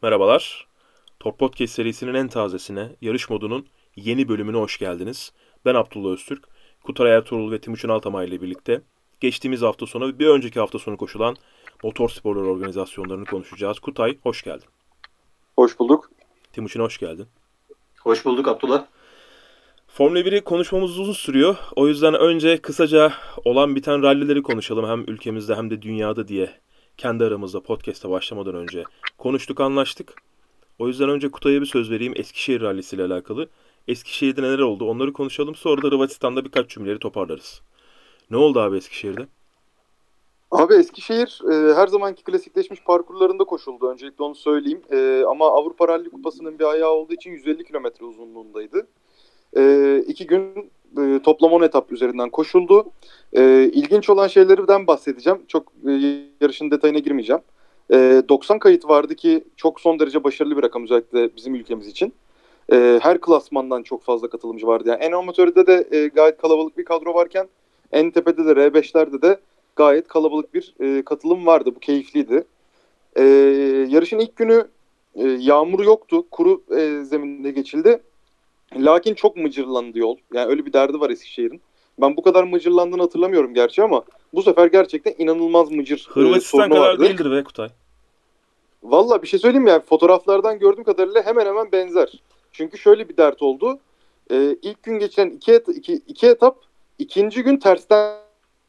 Merhabalar. Top Podcast serisinin en tazesine, yarış modunun yeni bölümüne hoş geldiniz. Ben Abdullah Öztürk, Kutay Ertuğrul ve Timuçin Altamay ile birlikte geçtiğimiz hafta sonu ve bir önceki hafta sonu koşulan motor sporları organizasyonlarını konuşacağız. Kutay, hoş geldin. Hoş bulduk. Timuçin, hoş geldin. Hoş bulduk Abdullah. Formula 1'i konuşmamız uzun sürüyor. O yüzden önce kısaca olan biten rallileri konuşalım. Hem ülkemizde hem de dünyada diye kendi aramızda podcast'a başlamadan önce konuştuk, anlaştık. O yüzden önce Kutay'a bir söz vereyim Eskişehir Rallisi ile alakalı. Eskişehir'de neler oldu onları konuşalım. Sonra da Hırvatistan'da birkaç cümleleri toparlarız. Ne oldu abi Eskişehir'de? Abi Eskişehir her zamanki klasikleşmiş parkurlarında koşuldu. Öncelikle onu söyleyeyim. Ama Avrupa Rally Kupası'nın bir ayağı olduğu için 150 kilometre uzunluğundaydı. 2 gün toplam 10 etap üzerinden koşuldu. İlginç olan şeylerden bahsedeceğim. Çok yarışın detayına girmeyeceğim. 90 kayıt vardı ki çok son derece başarılı bir rakam özellikle bizim ülkemiz için. Her klasmandan çok fazla katılımcı vardı. Yani en amatörde de gayet kalabalık bir kadro varken en tepede de R5'lerde de gayet kalabalık bir katılım vardı. Bu keyifliydi. E, Yarışın ilk günü yağmur yoktu. Kuru zeminde geçildi. Lakin çok mıcırlandı yol. Yani öyle bir derdi var Eskişehir'in. Ben bu kadar mıcırlandığını hatırlamıyorum gerçi ama bu sefer gerçekten inanılmaz mıcır Hırvatistan sorunu kadar vardı. değildir be Kutay. Valla bir şey söyleyeyim mi? Yani fotoğraflardan gördüğüm kadarıyla hemen hemen benzer. Çünkü şöyle bir dert oldu. İlk gün geçen iki etap ikinci gün tersten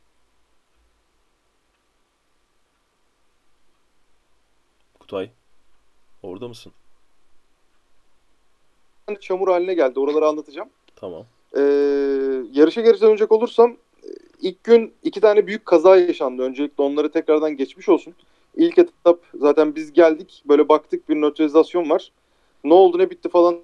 Kutay, orada mısın? çamur haline geldi. Oraları anlatacağım. Tamam. Ee, Yarışa geri dönecek olursam ilk gün 2 tane büyük kaza yaşandı. Öncelikle onları tekrardan geçmiş olsun. İlk etap zaten biz geldik. Böyle baktık bir nötralizasyon var. Ne oldu ne bitti falan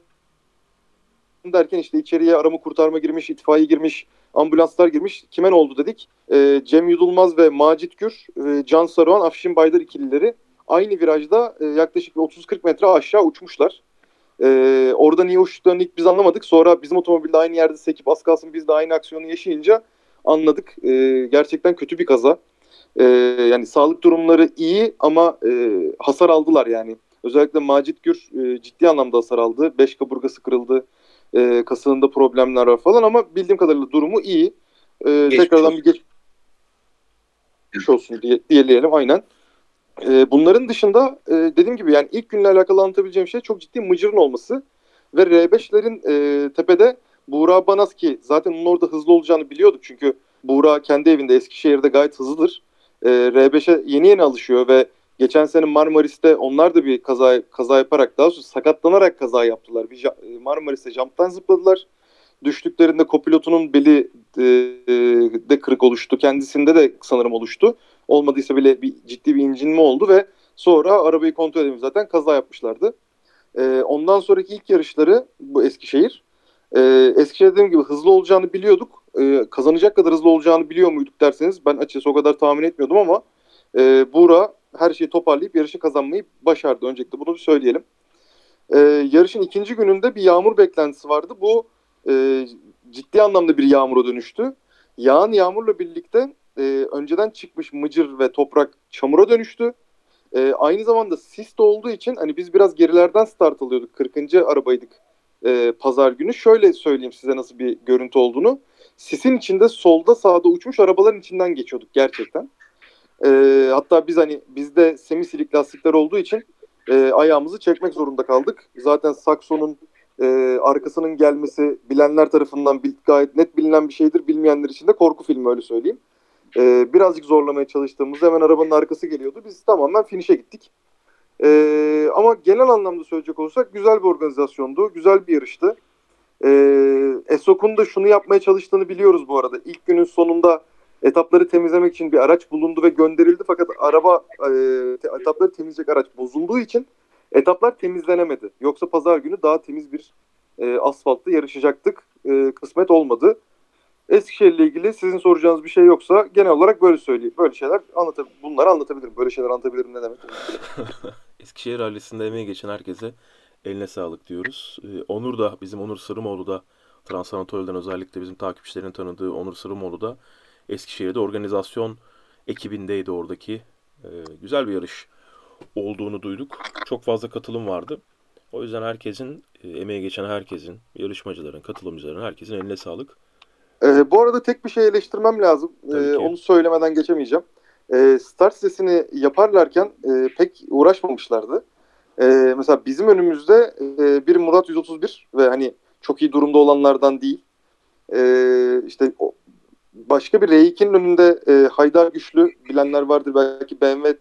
derken işte içeriye arama kurtarma girmiş, itfaiye girmiş, ambulanslar girmiş. Kime ne oldu dedik. Cem Yudulmaz ve Macit Gür, Can Saruhan, Afşin Baydar ikilileri aynı virajda yaklaşık 30-40 metre aşağı uçmuşlar. Orada niye uçtuklarını ilk biz anlamadık. Sonra bizim otomobilde aynı yerde sekip az kalsın biz de aynı aksiyonu yaşayınca anladık. Gerçekten kötü bir kaza. Yani sağlık durumları iyi ama hasar aldılar yani. Özellikle Macit Gür ciddi anlamda hasar aldı. Beş kaburgası kırıldı. Kasığında problemler var falan ama bildiğim kadarıyla durumu iyi. Geçmiş Tekrardan bir olsun. geçmiş olsun diyelim aynen. Bunların dışında dediğim gibi yani ilk günle alakalı anlatabileceğim şey çok ciddi mıcırın olması ve R5'lerin tepede Buğra Banaz ki zaten onun orada hızlı olacağını biliyorduk çünkü Buğra kendi evinde Eskişehir'de gayet hızlıdır. R5'e yeni yeni alışıyor ve geçen sene Marmaris'te onlar da bir kaza yaparak daha sonra sakatlanarak kaza yaptılar. Marmaris'te jump'tan zıpladılar. Düştüklerinde kopilotunun beli de kırık oluştu. Kendisinde de sanırım oluştu. Olmadıysa bile ciddi bir incinme oldu ve sonra arabayı kontrol edeyim zaten kaza yapmışlardı. Ondan sonraki ilk yarışları bu Eskişehir. Eskişehir dediğim gibi hızlı olacağını biliyorduk. Kazanacak kadar hızlı olacağını biliyor muyduk derseniz ben açıkçası o kadar tahmin etmiyordum ama Buğra her şeyi toparlayıp yarışı kazanmayı başardı. Öncelikle bunu bir söyleyelim. Yarışın ikinci gününde bir yağmur beklentisi vardı. Bu e, ciddi anlamda bir yağmura dönüştü. Yağan yağmurla birlikte önceden çıkmış mıcır ve toprak çamura dönüştü. Aynı zamanda sis de olduğu için hani biz biraz gerilerden start alıyorduk. 40. arabaydık pazar günü. Şöyle söyleyeyim size nasıl bir görüntü olduğunu. Sisin içinde solda sağda uçmuş arabaların içinden geçiyorduk gerçekten. Hatta biz hani bizde semisilik lastikler olduğu için ayağımızı çekmek zorunda kaldık. Zaten Saxon'un arkasının gelmesi bilenler tarafından gayet net bilinen bir şeydir. Bilmeyenler için de korku filmi öyle söyleyeyim. Birazcık zorlamaya çalıştığımızda hemen arabanın arkası geliyordu. Biz tamamen finish'e gittik. Ama genel anlamda söyleyecek olursak güzel bir organizasyondu. Güzel bir yarıştı. Esok'un da şunu yapmaya çalıştığını biliyoruz bu arada. İlk günün sonunda etapları temizlemek için bir araç bulundu ve gönderildi. Fakat etapları temizleyecek araç bozulduğu için etaplar temizlenemedi. Yoksa pazar günü daha temiz bir asfaltta yarışacaktık. Kısmet olmadı. Eskişehir ile ilgili sizin soracağınız bir şey yoksa genel olarak böyle söyleyeyim. Böyle şeyler bunları anlatabilirim. Böyle şeyler anlatabilirim ne demek? Eskişehir Rallisi'nde emeği geçen herkese eline sağlık diyoruz. Onur da, bizim Onur Sırımoğlu da Transanatolia'dan özellikle bizim takipçilerin tanıdığı Onur Sırımoğlu da Eskişehir'de organizasyon ekibindeydi oradaki. Güzel bir yarış olduğunu duyduk. Çok fazla katılım vardı. O yüzden herkesin, emeği geçen herkesin, yarışmacıların, katılımcıların, herkesin eline sağlık. Bu arada tek bir şey eleştirmem lazım. Tabii ki. Onu söylemeden geçemeyeceğim. Start sitesini yaparlarken pek uğraşmamışlardı. Mesela bizim önümüzde bir Murat 131 ve hani çok iyi durumda olanlardan değil. İşte başka bir R2'nin önünde Haydar Güçlü bilenler vardır belki, BMW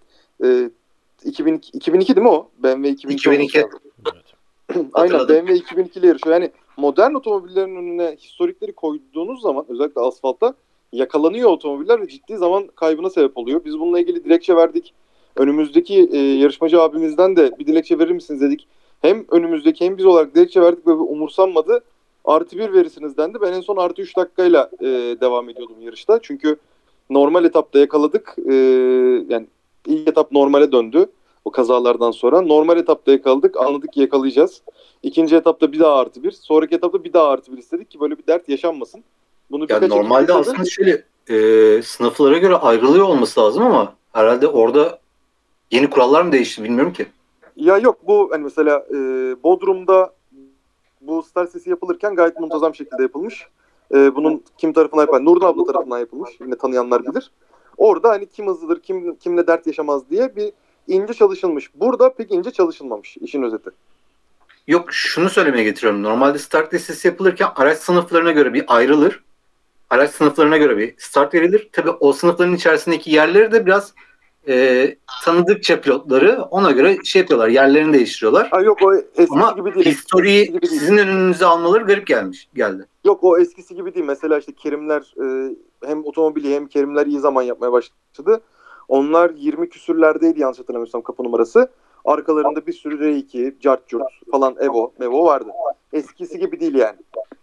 2002 değil mi o? BMW 2002. 2002. Evet. Aynen, Hatırladım. BMW 2002 ile yarışıyor. Yani modern otomobillerin önüne historikleri koyduğunuz zaman özellikle asfaltta yakalanıyor otomobiller ve ciddi zaman kaybına sebep oluyor. Biz bununla ilgili dilekçe verdik. Önümüzdeki yarışmacı abimizden de bir dilekçe verir misiniz dedik. Hem önümüzdeki hem biz olarak dilekçe verdik ve umursanmadı. +1 verirsiniz dendi. Ben en son +3 dakikayla devam ediyordum yarışta. Çünkü normal etapta yakaladık. Yani ilk etap normale döndü. O kazalardan sonra. Normal etapta yakaladık. Anladık ki yakalayacağız. İkinci etapta bir daha +1. Sonraki etapta bir daha +1 istedik ki böyle bir dert yaşanmasın. Bunu Ya birkaç normalde ekip aslında şöyle sınıflara göre ayrılıyor olması lazım ama herhalde orada yeni kurallar mı değişti bilmiyorum ki. Ya yok, bu hani mesela Bodrum'da bu start sesi yapılırken gayet muntazam şekilde yapılmış. Bunun kim tarafından yapılmış? Nurdan abla tarafından yapılmış. Yine tanıyanlar bilir. Orada hani kim hızlıdır, kimle dert yaşamaz diye bir ince çalışılmış. Burada pek ince çalışılmamış, işin özeti. Yok, şunu söylemeye getiriyorum. Normalde start listesi yapılırken araç sınıflarına göre bir ayrılır. Araç sınıflarına göre bir start verilir. Tabii o sınıfların içerisindeki yerleri de biraz tanıdıkça pilotları ona göre şey yapıyorlar. Yerlerini değiştiriyorlar. Ha yok, o eskisi Ama gibi değil. historiyi Eskisi gibi değil. sizin önünüze almaları garip geldi. Yok, o eskisi gibi değil. Mesela işte Kerimler hem otomobili hem Kerimler iyi zaman yapmaya başladı. Onlar 20 küsürlerdeydi yanlış hatırlamıyorsam kapı numarası. Arkalarında bir sürü R2, Cart Curt falan Mevo vardı. Eskisi gibi değil yani.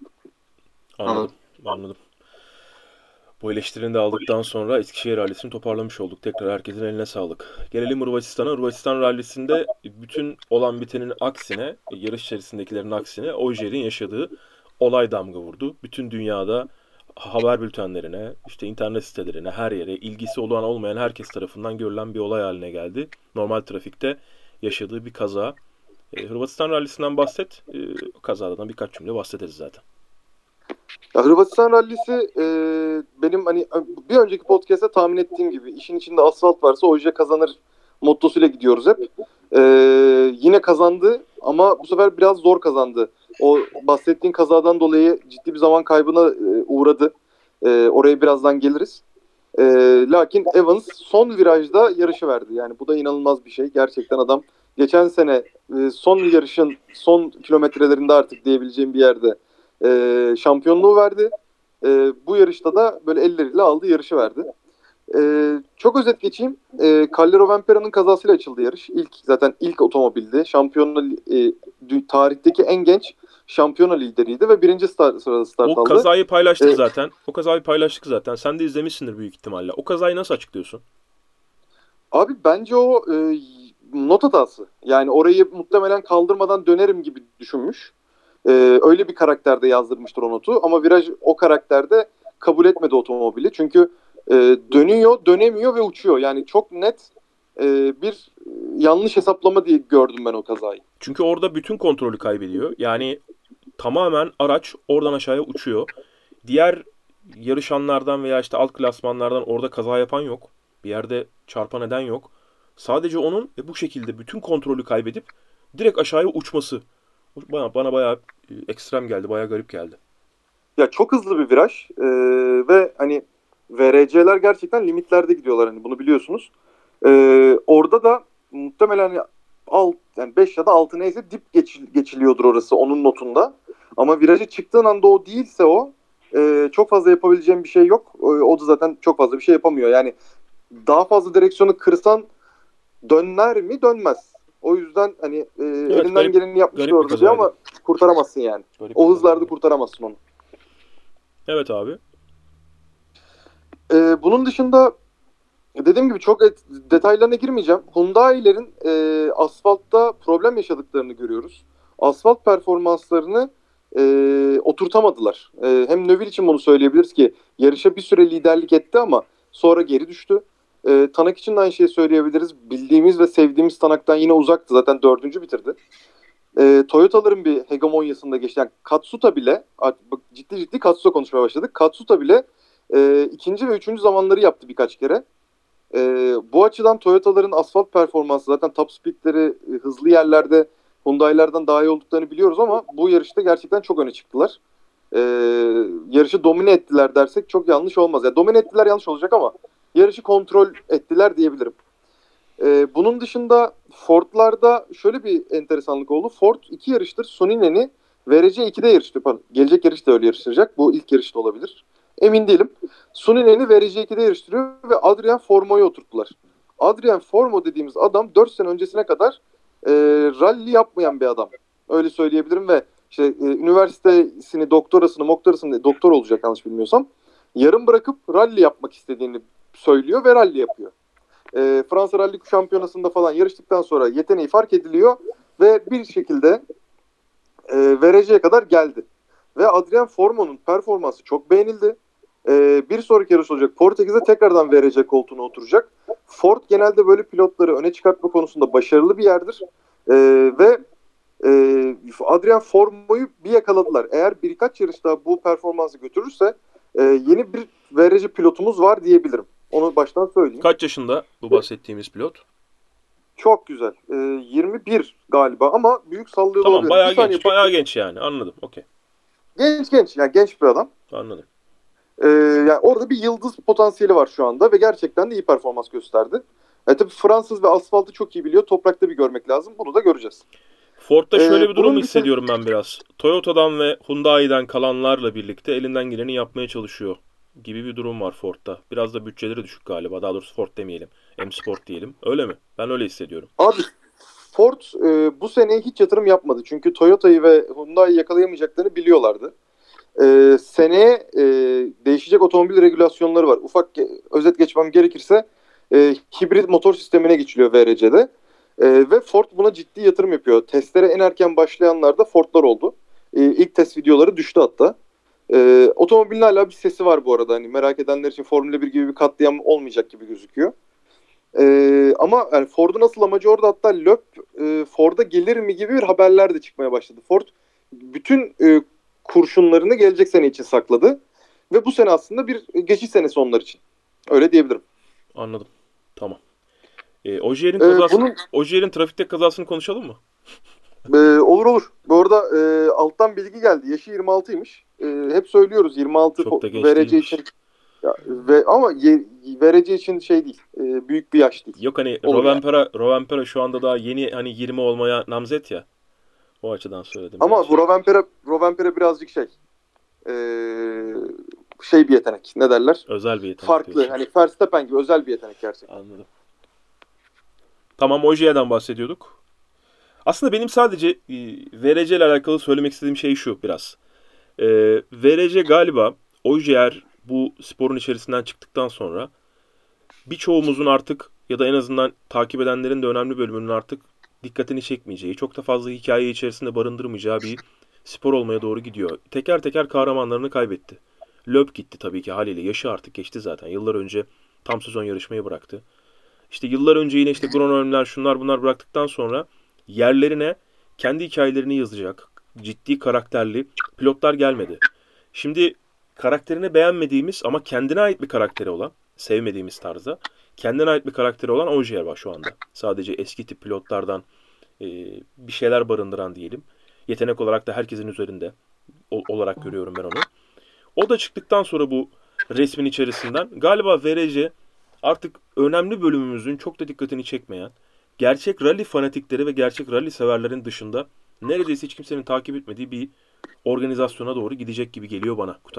Anladım. Bu eleştirini de aldıktan sonra Eskişehir Rallisi'ni toparlamış olduk. Tekrar herkesin eline sağlık. Gelelim Hırvatistan'a. Hırvatistan Rallisi'nde bütün olan bitenin aksine, yarış içerisindekilerin aksine Ožeğin yaşadığı olay damga vurdu. Bütün dünyada haber bültenlerine, işte internet sitelerine, her yere ilgisi olan olmayan herkes tarafından görülen bir olay haline geldi. Normal trafikte yaşadığı bir kaza. Hırvatistan Rallisi'nden bahset. O kazadan birkaç cümle bahsederiz zaten. Ya Hırvatistan Rallisi benim hani bir önceki podcast'te tahmin ettiğim gibi işin içinde asfalt varsa Ožeğ kazanır mottosuyla gidiyoruz hep. Yine kazandı ama bu sefer biraz zor kazandı. O bahsettiğin kazadan dolayı ciddi bir zaman kaybına uğradı. Oraya birazdan geliriz. Lakin Evans son virajda yarışı verdi. Yani bu da inanılmaz bir şey. Gerçekten adam geçen sene son yarışın son kilometrelerinde artık diyebileceğim bir yerde şampiyonluğu verdi. Bu yarışta da böyle elleriyle aldı, yarışı verdi. Çok özet geçeyim. Kalle Rovanpera'nın kazasıyla açıldı yarış. Zaten ilk otomobildi. Tarihteki en genç şampiyona lideriydi ve birinci sırada start aldı. O kazayı paylaştık zaten. O kazayı paylaştık zaten. Sen de izlemişsindir büyük ihtimalle. O kazayı nasıl açıklıyorsun? Abi bence o not hatası. Yani orayı muhtemelen kaldırmadan dönerim gibi düşünmüş. Öyle bir karakterde yazdırmıştır o notu. Ama viraj o karakterde kabul etmedi otomobili. Çünkü dönüyor, dönemiyor ve uçuyor. Yani çok net bir yanlış hesaplama diye gördüm ben o kazayı. Çünkü orada bütün kontrolü kaybediyor. Yani tamamen araç oradan aşağıya uçuyor. Diğer yarışanlardan veya işte alt klasmanlardan orada kaza yapan yok. Bir yerde çarpan eden yok. Sadece onun bu şekilde bütün kontrolü kaybedip direkt aşağıya uçması. Bana bayağı ekstrem geldi, bayağı garip geldi. Ya çok hızlı bir viraj ve hani VRC'ler gerçekten limitlerde gidiyorlar, hani bunu biliyorsunuz. Orada da muhtemelen yani 5 ya da 6 neyse dip geçiliyordur orası onun notunda. Ama viraja çıktığın anda o değilse çok fazla yapabileceğim bir şey yok. O da zaten çok fazla bir şey yapamıyor. Yani daha fazla direksiyonu kırsan döner mi? Dönmez. O yüzden hani elinden geleni yapmıştır orada diyor ama kurtaramazsın yani. O hızlarda kurtaramazsın onu. Evet abi. Bunun dışında dediğim gibi çok detaylarına girmeyeceğim. Hyundai'lerin asfaltta problem yaşadıklarını görüyoruz. Asfalt performanslarını oturtamadılar. Hem Neuville için bunu söyleyebiliriz ki yarışa bir süre liderlik etti ama sonra geri düştü. Tanak için de aynı şeyi söyleyebiliriz. Bildiğimiz ve sevdiğimiz Tanak'tan yine uzaktı. Zaten 4. bitirdi. Toyota'ların bir hegemonyasında geçti. Yani Katsuta bile, artık bak, ciddi Katsuta konuşmaya başladık. Katsuta bile ikinci ve üçüncü zamanları yaptı birkaç kere. Bu açıdan Toyota'ların asfalt performansı, zaten top speedleri hızlı yerlerde Hyundai'lerden daha iyi olduklarını biliyoruz ama bu yarışta gerçekten çok öne çıktılar. Yarışı domine ettiler dersek çok yanlış olmaz. Yani domine ettiler yanlış olacak ama yarışı kontrol ettiler diyebilirim. Bunun dışında Ford'larda şöyle bir enteresanlık oldu. Ford 2 yarıştır Soninen'i VRC2'de yarıştı. Pardon, gelecek yarışta öyle yarıştıracak. Bu ilk yarışta olabilir. Emin değilim. Soninen'i VRC2'de yarıştırıyor ve Adrian Formo'yu oturttular. Adrian Formo dediğimiz adam 4 sene öncesine kadar rally yapmayan bir adam. Öyle söyleyebilirim ve işte üniversitesini, doktorasını, doktor olacak yanlış bilmiyorsam, yarım bırakıp rally yapmak istediğini söylüyor ve rally yapıyor. Fransa Rally Şampiyonası'nda falan yarıştıktan sonra yeteneği fark ediliyor ve bir şekilde vereceğe kadar geldi. Ve Adrian Formo'nun performansı çok beğenildi. Bir sonraki yarış olacak Portekiz'de tekrardan VRC koltuğuna oturacak. Ford genelde böyle pilotları öne çıkartma konusunda başarılı bir yerdir. Ve Adrian Formo'yu bir yakaladılar. Eğer birkaç yarış daha bu performansı götürürse yeni bir VRC pilotumuz var diyebilirim. Onu baştan söyleyeyim. Kaç yaşında bu bahsettiğimiz pilot? Çok güzel. 21 galiba ama büyük sallıyor Tamam, olabilir. bayağı Bir saniye, genç. Bayağı genç yani. Anladım. Okey. Genç. Yani genç bir adam. Anladım. Yani orada bir yıldız potansiyeli var şu anda ve gerçekten de iyi performans gösterdi. Tabii Fransız ve asfaltı çok iyi biliyor. Toprakta bir görmek lazım. Bunu da göreceğiz. Ford'da şöyle bir durum bunun hissediyorum ben biraz. Toyota'dan ve Hyundai'den kalanlarla birlikte elinden geleni yapmaya çalışıyor gibi bir durum var Ford'da. Biraz da bütçeleri düşük galiba. Daha doğrusu Ford demeyelim. M-Sport diyelim. Öyle mi? Ben öyle hissediyorum. Abi Ford bu sene hiç yatırım yapmadı. Çünkü Toyota'yı ve Hyundai'yi yakalayamayacaklarını biliyorlardı. Seneye değişecek otomobil regülasyonları var. Ufak özet geçmem gerekirse hibrit motor sistemine geçiliyor VRC'de. Ve Ford buna ciddi yatırım yapıyor. Testlere en erken başlayanlar da Ford'lar oldu. İlk test videoları düştü hatta. Otomobilin hala bir sesi var bu arada. Hani merak edenler için Formula 1 gibi bir katliam olmayacak gibi gözüküyor. Ama yani Ford'un asıl amacı orada, hatta LÖP Ford'a gelir mi gibi bir haberler de çıkmaya başladı. Ford bütün kurşunlarını gelecek sene için sakladı. Ve bu sene aslında bir geçiş senesi onlar için. Öyle diyebilirim. Anladım. Tamam. Ogier'in kazasını, bunun Ogier'in trafikte kazasını konuşalım mı? olur. Bu arada alttan bilgi geldi. Yaşı 26'ymış. Hep söylüyoruz 26 Çok da genç vereceği değilmiş. için. Ama vereceği için şey değil. Büyük bir yaş değil. Yok hani Olur yani. Rovanpera şu anda daha yeni, hani 20 olmaya namzet ya. O açıdan söyledim. Ama biraz. bu Rovanpera birazcık bir yetenek. Ne derler? Özel bir yetenek Farklı. diyorsun. Hani Verstappen gibi özel bir yetenek gerçekten. Anladım. Tamam, Ogier'den bahsediyorduk. Aslında benim sadece VRC ile alakalı söylemek istediğim şey şu biraz. VRC galiba Ogier bu sporun içerisinden çıktıktan sonra birçoğumuzun artık, ya da en azından takip edenlerin de önemli bölümünün artık dikkatini çekmeyeceği, çok da fazla hikaye içerisinde barındırmayacağı bir spor olmaya doğru gidiyor. Teker teker kahramanlarını kaybetti. Loeb gitti tabii ki haliyle. Yaşı artık geçti zaten. Yıllar önce tam sezon yarışmayı bıraktı. İşte yıllar önce yine işte Groeneweg'ler, şunlar bunlar bıraktıktan sonra yerlerine kendi hikayelerini yazacak ciddi karakterli pilotlar gelmedi. Şimdi karakterini beğenmediğimiz ama kendine ait bir karakteri olan, sevmediğimiz tarzda kendine ait bir karakteri olan Ogier var şu anda. Sadece eski tip pilotlardan bir şeyler barındıran diyelim. Yetenek olarak da herkesin üzerinde olarak görüyorum ben onu. O da çıktıktan sonra bu resmin içerisinden galiba VRC artık önemli bölümümüzün çok da dikkatini çekmeyen, gerçek rally fanatikleri ve gerçek rally severlerin dışında neredeyse hiç kimsenin takip etmediği bir organizasyona doğru gidecek gibi geliyor bana Kutay.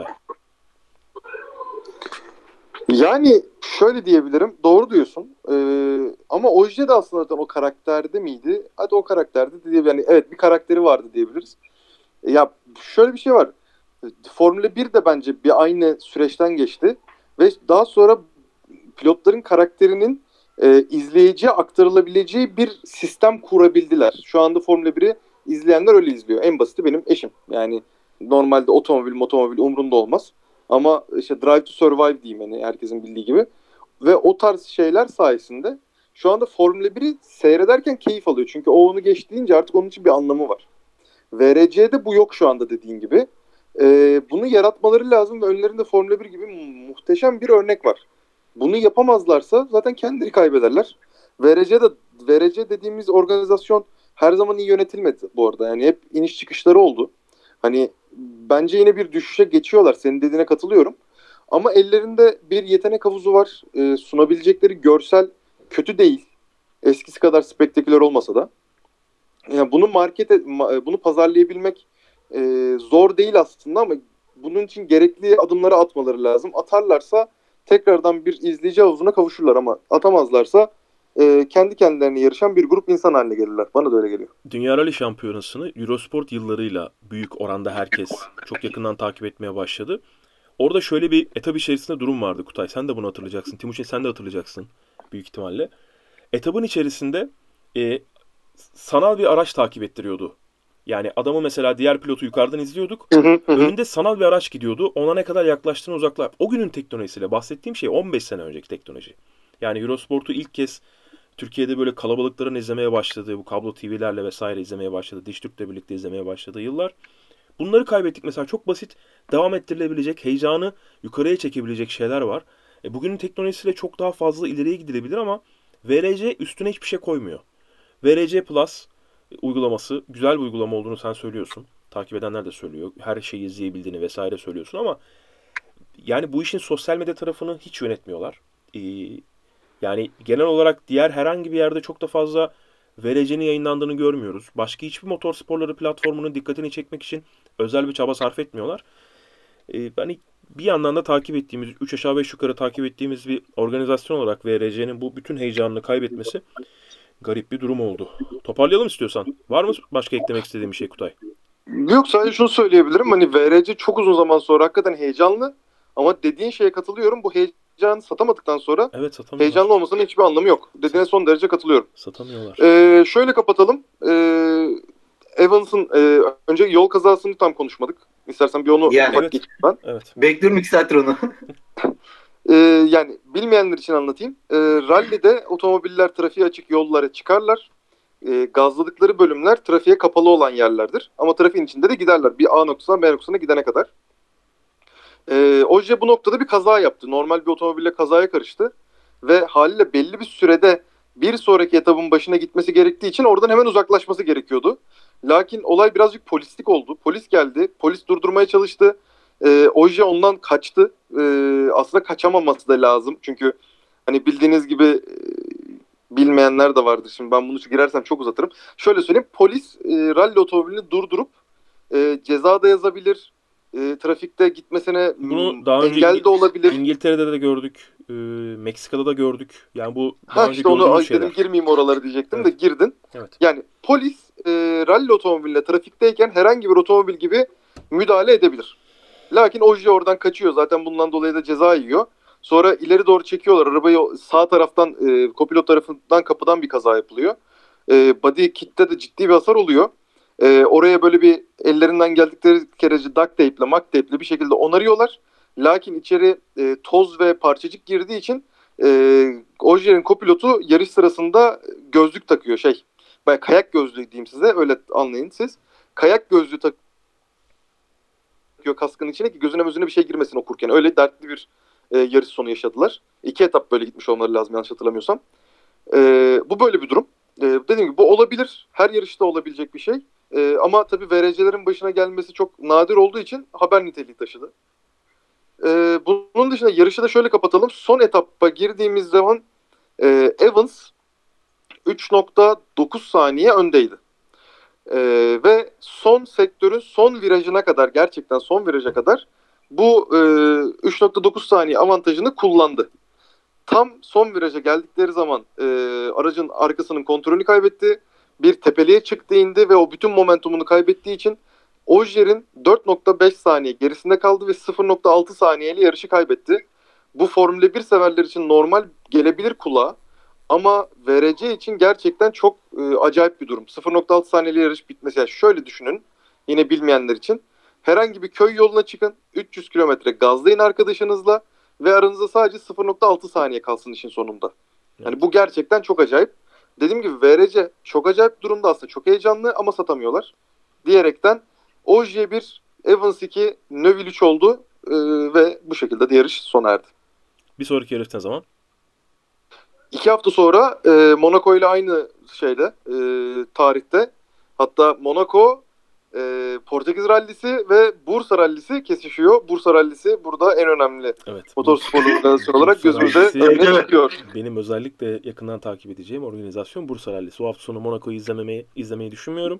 Yani şöyle diyebilirim. Doğru diyorsun. Ama Ogier de aslında zaten o karakterde miydi? Hadi o karakterde de diyebilirim. Yani evet, bir karakteri vardı diyebiliriz. Ya şöyle bir şey var. Formula 1 de bence bir aynı süreçten geçti. Ve daha sonra pilotların karakterinin izleyiciye aktarılabileceği bir sistem kurabildiler. Şu anda Formula 1'i izleyenler öyle izliyor. En basiti benim eşim. Yani normalde otomobil umrunda olmaz. Ama işte Drive to Survive diyeyim, yani herkesin bildiği gibi. Ve o tarz şeyler sayesinde şu anda Formula 1'i seyrederken keyif alıyor. Çünkü o onu geçtiğince artık onun için bir anlamı var. VRC'de bu yok şu anda dediğin gibi. Bunu yaratmaları lazım ve önlerinde Formula 1 gibi muhteşem bir örnek var. Bunu yapamazlarsa zaten kendileri kaybederler. VRC dediğimiz organizasyon her zaman iyi yönetilmedi bu arada. Yani hep iniş çıkışları oldu. Hani bence yine bir düşüşe geçiyorlar. Senin dediğine katılıyorum. Ama ellerinde bir yetenek havuzu var. Sunabilecekleri görsel kötü değil. Eskisi kadar spektaküler olmasa da. Yani bunu pazarlayabilmek zor değil aslında ama bunun için gerekli adımları atmaları lazım. Atarlarsa tekrardan bir izleyici havuzuna kavuşurlar ama atamazlarsa kendi kendilerine yarışan bir grup insan haline gelirler. Bana da öyle geliyor. Dünya Rally Şampiyonası'nı Eurosport yıllarıyla büyük oranda herkes çok yakından takip etmeye başladı. Orada şöyle bir etap içerisinde durum vardı Kutay. Sen de bunu hatırlayacaksın. Timuçin sen de hatırlayacaksın büyük ihtimalle. Etapın içerisinde sanal bir araç takip ettiriyordu. Yani adamı mesela diğer pilotu yukarıdan izliyorduk. Önünde sanal bir araç gidiyordu. Ona ne kadar yaklaştığını uzaklar. O günün teknolojisiyle bahsettiğim şey 15 sene önceki teknoloji. Yani Eurosport'u ilk kez Türkiye'de böyle kalabalıkların izlemeye başladığı, bu kablo TV'lerle vesaire izlemeye başladı. Diş Türk'le birlikte izlemeye başladığı yıllar. Bunları kaybettik mesela. Çok basit, devam ettirilebilecek, heyecanı yukarıya çekebilecek şeyler var. Bugünün teknolojisiyle çok daha fazla ileriye gidilebilir ama VRC üstüne hiçbir şey koymuyor. VRC Plus uygulaması güzel bir uygulama olduğunu sen söylüyorsun. Takip edenler de söylüyor. Her şeyi izleyebildiğini vesaire söylüyorsun ama yani bu işin sosyal medya tarafını hiç yönetmiyorlar. Yani genel olarak diğer herhangi bir yerde çok da fazla VRC'nin yayınlandığını görmüyoruz. Başka hiçbir motor sporları platformunun dikkatini çekmek için özel bir çaba sarf etmiyorlar. Ben bir yandan da takip ettiğimiz, 3 aşağı 5 yukarı takip ettiğimiz bir organizasyon olarak VRC'nin bu bütün heyecanını kaybetmesi garip bir durum oldu. Toparlayalım istiyorsan. Var mı başka eklemek istediğim bir şey Kutay? Yok, sadece şunu söyleyebilirim. Hani VRC çok uzun zaman sonra hakikaten heyecanlı ama dediğin şeye katılıyorum. Bu heyecanı satamadıktan sonra Evet, satamıyorlar. heyecanlı olmasının hiçbir anlamı yok. Dediğine son derece katılıyorum. Satamıyorlar. Şöyle kapatalım. Evans'ın önce yol kazasını tam konuşmadık. İstersen bir onu Yani, ufak evet. geçeyim ben. Evet. Bekliyorum 2 saattir onu. Yani bilmeyenler için anlatayım. Rally'de otomobiller trafiğe açık yollara çıkarlar. Gazladıkları bölümler trafiğe kapalı olan yerlerdir. Ama trafiğin içinde de giderler. Bir A noktasından B noktasına gidene kadar. Oje bu noktada bir kaza yaptı. Normal bir otomobille kazaya karıştı. Ve haliyle belli bir sürede bir sonraki etapın başına gitmesi gerektiği için oradan hemen uzaklaşması gerekiyordu. Lakin olay birazcık polislik oldu. Polis geldi. Polis durdurmaya çalıştı. Oje ondan kaçtı. Aslında kaçamaması da lazım. Çünkü hani bildiğiniz gibi bilmeyenler de vardır. Şimdi ben bunu girersem çok uzatırım. Şöyle söyleyeyim. Polis ralli otomobilini durdurup ceza da yazabilir. Trafikte gitmesine Bunu daha önce engel de olabilir. İngiltere'de de gördük. Meksika'da da gördük. Yani bu daha önce İşte onu gördüğümüz şeyler. dedim girmeyeyim oraları diyecektim Evet. de girdin. Evet. Yani polis ralli otomobiliyle trafikteyken herhangi bir otomobil gibi müdahale edebilir. Lakin Oji oradan kaçıyor. Zaten bundan dolayı da ceza yiyor. Sonra ileri doğru çekiyorlar. Arabayı sağ taraftan, kopilot tarafından kapıdan bir kaza yapılıyor. Body kit'te de ciddi bir hasar oluyor. Oraya böyle bir ellerinden geldikleri kerece duct tape'le, mak tape'le bir şekilde onarıyorlar. Lakin içeri toz ve parçacık girdiği için Ojier'in kopilotu yarış sırasında gözlük takıyor. Bayağı kayak gözlüğü diyeyim size. Öyle anlayın siz. Kayak gözlüğü takıyor kaskın içine ki gözüne bir şey girmesin okurken. Öyle dertli bir yarış sonu yaşadılar. 2 etap böyle gitmiş olmaları lazım yanlış hatırlamıyorsam. Bu böyle bir durum. Dediğim gibi bu olabilir. Her yarışta olabilecek bir şey. Ama tabii VRC'lerin başına gelmesi çok nadir olduğu için haber niteliği taşıdı. Bunun dışında yarışı da şöyle kapatalım. Son etappa girdiğimiz zaman Evans 3.9 saniye öndeydi. Ve son sektörün son virajına kadar, gerçekten son viraja kadar bu 3.9 saniye avantajını kullandı. Tam son viraja geldikleri zaman aracın arkasının kontrolünü kaybetti. Bir tepeliğe çıktı indi ve o bütün momentumunu kaybettiği için Ojier'in 4.5 saniye gerisinde kaldı ve 0.6 saniyeyle yarışı kaybetti. Bu Formula 1 severler için normal gelebilir kulağa ama VRC için gerçekten çok acayip bir durum. 0.6 saniyeli yarış bitmesi. Yani şöyle düşünün yine bilmeyenler için. Herhangi bir köy yoluna çıkın. 300 kilometre gazlayın arkadaşınızla ve aranızda sadece 0.6 saniye kalsın işin sonunda. Yani bu gerçekten çok acayip. Dediğim gibi VRC çok acayip bir durumda aslında. Çok heyecanlı ama satamıyorlar. Diyerekten Ogier 1, Evans 2, Neuville 3 oldu ve bu şekilde de yarış sona erdi. Bir sonraki yarış ne zaman? 2 hafta sonra Monaco ile aynı tarihte. Hatta Monaco, Portekiz rallisi ve Bursa rallisi kesişiyor. Bursa rallisi burada en önemli motorspor organizasyonu olarak gözümüze öne çıkıyor. Benim özellikle yakından takip edeceğim organizasyon Bursa rallisi. O hafta sonu Monaco'yu izlemeyi düşünmüyorum.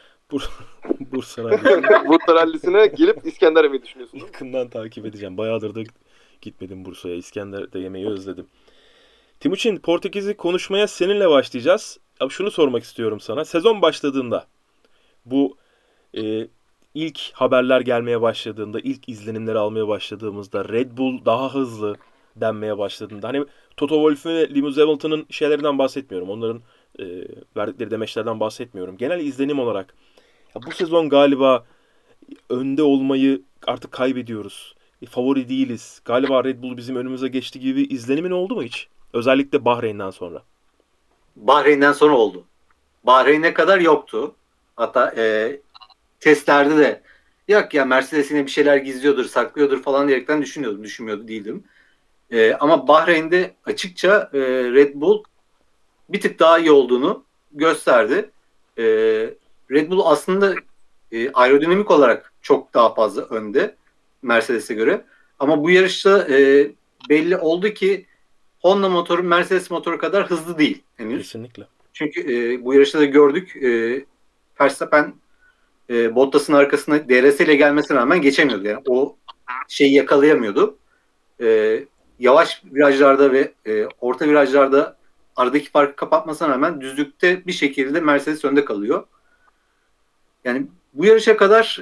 Bursa rallisi. Bursa rallisine gelip İskender yemeyi düşünüyorsun. Yakından takip edeceğim. Bayağıdır da gitmedim Bursa'ya. İskender de yemeyi özledim. Timuçin, Portekiz'i konuşmaya seninle başlayacağız. Abi şunu sormak istiyorum sana. Sezon başladığında bu ilk haberler gelmeye başladığında, ilk izlenimleri almaya başladığımızda, Red Bull daha hızlı denmeye başladığında, hani Toto Wolff ve Lewis Hamilton'ın şeylerinden bahsetmiyorum. Onların verdikleri demeçlerden bahsetmiyorum. Genel izlenim olarak ya bu sezon galiba önde olmayı artık kaybediyoruz. Favori değiliz. Galiba Red Bull bizim önümüze geçti gibi bir izlenimin oldu mu hiç? Özellikle Bahreyn'den sonra. Bahreyn'den sonra oldu. Bahreyn'e kadar yoktu. Hatta testlerde de yok ya Mercedes yine bir şeyler gizliyordur, saklıyordur falan diyerekten düşünmüyordu değildim. Ama Bahreyn'de açıkça Red Bull bir tık daha iyi olduğunu gösterdi. Red Bull aslında aerodinamik olarak çok daha fazla önde Mercedes'e göre. Ama bu yarışta belli oldu ki Honda motoru Mercedes motoru kadar hızlı değil henüz. Kesinlikle. Çünkü bu yarışta da gördük. Verstappen Bottas'ın arkasına DRS ile gelmesine rağmen geçemiyordu. Yani o şeyi yakalayamıyordu. Yavaş virajlarda ve orta virajlarda aradaki farkı kapatmasına rağmen düzlükte bir şekilde Mercedes önde kalıyor. Yani bu yarışa kadar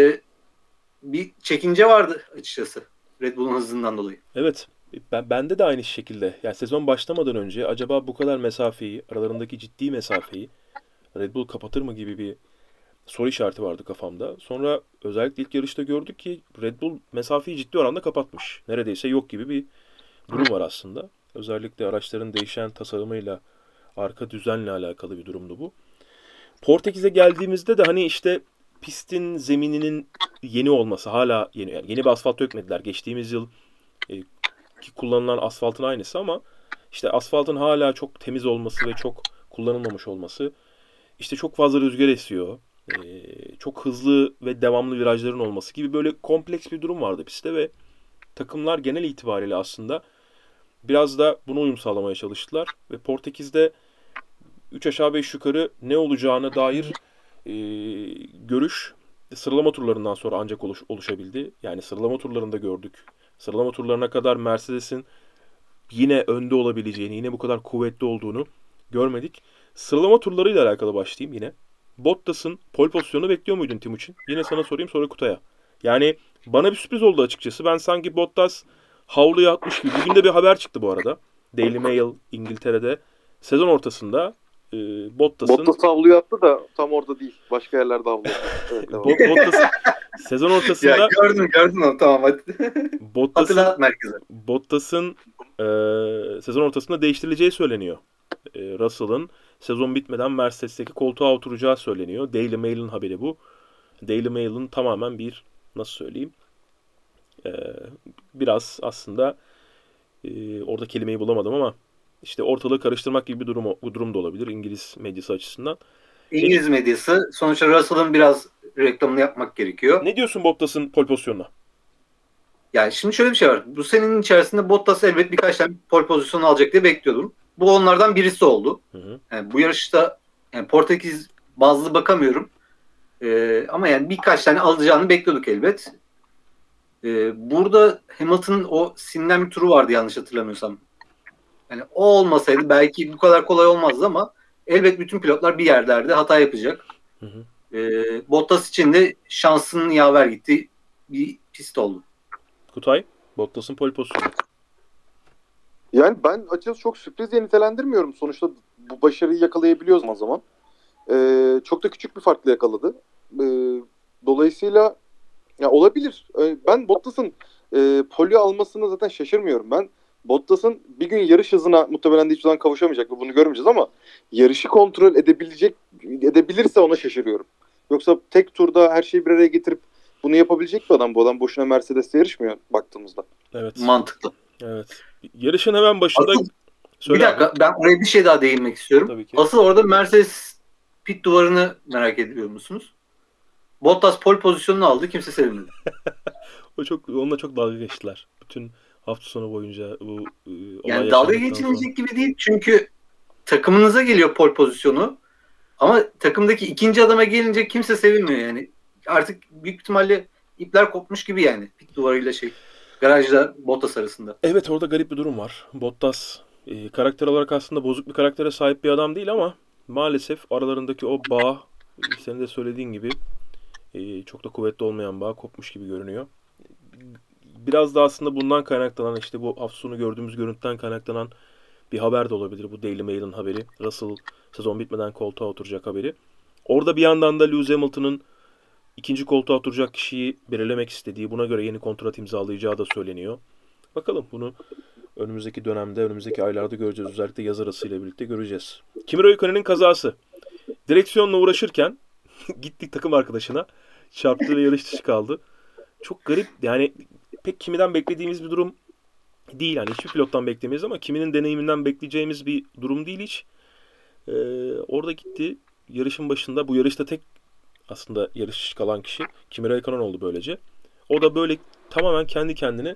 bir çekince vardı açıkçası Red Bull'un hızından dolayı. Evet. Bende de aynı şekilde. Yani sezon başlamadan önce acaba bu kadar mesafeyi, aralarındaki ciddi mesafeyi Red Bull kapatır mı gibi bir soru işareti vardı kafamda. Sonra özellikle ilk yarışta gördük ki Red Bull mesafeyi ciddi oranda kapatmış. Neredeyse yok gibi bir durum var aslında. Özellikle araçların değişen tasarımıyla, arka düzenle alakalı bir durumdu bu. Portekiz'e geldiğimizde de hani işte pistin zemininin yeni olması, hala yeni, yani yeni bir asfalt dökmediler. Geçtiğimiz yıl ki kullanılan asfaltın aynısı ama işte asfaltın hala çok temiz olması ve çok kullanılmamış olması. İşte çok fazla rüzgar esiyor. Çok hızlı ve devamlı virajların olması gibi böyle kompleks bir durum vardı pistte ve takımlar genel itibariyle aslında biraz da buna uyum sağlamaya çalıştılar. Ve Portekiz'de 3 aşağı 5 yukarı ne olacağına dair görüş sıralama turlarından sonra ancak oluşabildi. Yani sıralama turlarında gördük. Sıralama turlarına kadar Mercedes'in yine önde olabileceğini, yine bu kadar kuvvetli olduğunu görmedik. Sıralama turlarıyla alakalı başlayayım yine. Bottas'ın pole pozisyonunu bekliyor muydun Timuçin? Yine sana sorayım sonra Kutay'a. Yani bana bir sürpriz oldu açıkçası. Ben sanki Bottas havluya atmış gibi. Bugün de bir haber çıktı bu arada. Daily Mail İngiltere'de. Sezon ortasında Bottas havluya attı da tam orada değil. Başka yerlerde havluya attı. Evet, Bottas sezon ortasında ya gördüm onu tamam hadi. Hatırlat merkeze. Bottas'ın sezon ortasında değiştirileceği söyleniyor. Russell'ın sezon bitmeden Mercedes'teki koltuğa oturacağı söyleniyor. Daily Mail'in haberi bu. Daily Mail'in tamamen bir nasıl söyleyeyim biraz aslında orada kelimeyi bulamadım ama işte ortalığı karıştırmak gibi bir durum da olabilir İngiliz medyası açısından. İngiliz medyası sonuçta Russell'ın biraz reklamını yapmak gerekiyor. Ne diyorsun Bottas'ın pole pozisyonuna? Yani şimdi şöyle bir şey var. Bu senenin içerisinde Bottas elbet birkaç tane pole pozisyonu alacak diye bekliyordum. Bu onlardan birisi oldu. Hı. Yani bu yarışta yani Portekiz bazlı bakamıyorum. Ama yani birkaç tane alacağını bekliyorduk elbet. Burada Hamilton'ın o sinirlen bir turu vardı yanlış hatırlamıyorsam. Yani o olmasaydı belki bu kadar kolay olmazdı ama elbet bütün pilotlar bir yerlerde hata yapacak. Hı. Bottas için de şansının yaver gitti bir pist oldu. Kutay, Bottas'ın pole pozisyonu. Yani ben açıkçası çok sürpriz diye nitelendirmiyorum. Sonuçta bu başarıyı yakalayabiliyoruz o zaman. Çok da küçük bir farkla yakaladı. Dolayısıyla ya olabilir. Ben Bottas'ın poli almasına zaten şaşırmıyorum ben. Bottas'ın bir gün yarış hızına muhtemelen de hiçbir zaman kavuşamayacak ve bunu görmeyeceğiz ama yarışı kontrol edebilirse ona şaşırıyorum. Yoksa tek turda her şeyi bir araya getirip bunu yapabilecek bir adam. Bu adam boşuna Mercedes'te yarışmıyor baktığımızda. Evet. Mantıklı. Evet. Yarışın hemen başında Asıl, söyle bir dakika, ben oraya bir şey daha değinmek istiyorum. Tabii ki. Asıl orada Mercedes pit duvarını merak ediyor musunuz? Bottas pole pozisyonunu aldı. Kimse sevinmedi. Onunla çok dalga geçtiler. Bütün hafta sonu boyunca bu olay Yani dalga yaşandıktan geçilecek gibi değil. Çünkü takımınıza geliyor pole pozisyonu. Ama takımdaki ikinci adama gelince kimse sevinmiyor yani. Artık büyük ihtimalle ipler kopmuş gibi yani. Pit duvarıyla garajla Bottas arasında. Evet, orada garip bir durum var. Bottas karakter olarak aslında bozuk bir karaktere sahip bir adam değil ama maalesef aralarındaki o bağ, senin de söylediğin gibi çok da kuvvetli olmayan bağ kopmuş gibi görünüyor. Biraz da aslında bundan kaynaklanan, işte bu hafta sonu gördüğümüz görüntüden kaynaklanan bir haber de olabilir. Bu Daily Mail'in haberi. Russell sezon bitmeden koltuğa oturacak haberi. Orada bir yandan da Lewis Hamilton'ın ikinci koltuğa oturacak kişiyi belirlemek istediği, buna göre yeni kontrat imzalayacağı da söyleniyor. Bakalım, bunu önümüzdeki dönemde, önümüzdeki aylarda göreceğiz. Özellikle yaz arasıyla birlikte göreceğiz. Kimi Räikkönen'in kazası. Direksiyonla uğraşırken gittik takım arkadaşına çarptı ve yarış dışı kaldı. Çok garip, yani pek Kimi'den beklediğimiz bir durum değil. Yani hiçbir pilottan beklemeyiz ama Kimi'nin deneyiminden bekleyeceğimiz bir durum değil hiç. Orada gitti yarışın başında. Bu yarışta tek aslında yarış dışı kalan kişi Kimi Räikkönen oldu böylece. O da böyle tamamen kendi kendine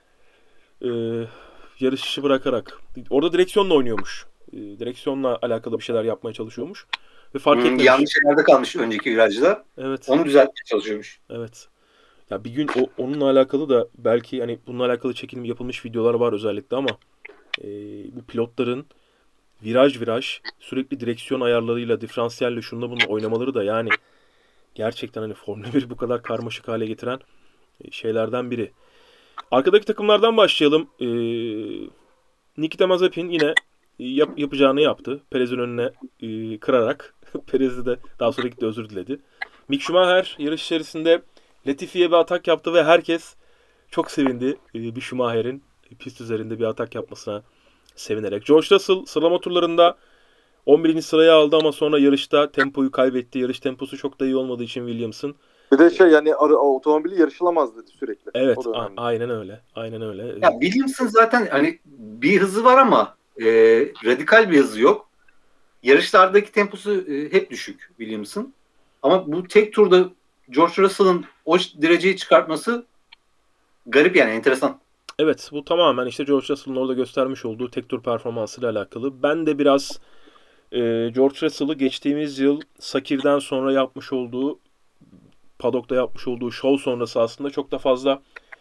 yarış dışı bırakarak. Orada direksiyonla oynuyormuş. Direksiyonla alakalı bir şeyler yapmaya çalışıyormuş. Ve fark etmemiş. Yanlış yerlerde kalmış önceki virajda. Evet. Onu düzeltmeye çalışıyormuş. Evet. Ya bir gün onunla alakalı da belki hani bununla alakalı çekilim yapılmış videolar var özellikle ama bu pilotların viraj viraj sürekli direksiyon ayarlarıyla, diferansiyelle, şununla bununla oynamaları da yani gerçekten hani Formula 1'i bu kadar karmaşık hale getiren şeylerden biri. Arkadaki takımlardan başlayalım. Nikita Mazepin yine yapacağını yaptı. Perez'in önüne kırarak. Perez'i de daha sonra gitti, özür diledi. Mick Schumacher yarış içerisinde Latifi'ye bir atak yaptı ve herkes çok sevindi. Bir Schumacher'in pist üzerinde bir atak yapmasına sevinerek. George Russell sıralama turlarında 11. sıraya aldı ama sonra yarışta tempoyu kaybetti. Yarış temposu çok da iyi olmadığı için Williams'ın. Bir de yani otomobili yarışılamaz dedi sürekli. Evet, aynen öyle. Aynen öyle. Ya Williams'ın zaten hani bir hızı var ama radikal bir hızı yok. Yarışlardaki temposu hep düşük Williams'ın. Ama bu tek turda George Russell'ın o dereceyi çıkartması garip yani, enteresan. Evet, bu tamamen işte George Russell'ın orada göstermiş olduğu tek tur performansıyla alakalı. Ben de biraz George Russell'ı geçtiğimiz yıl Sakir'den sonra yapmış olduğu, paddock'ta yapmış olduğu şov sonrası aslında çok da fazla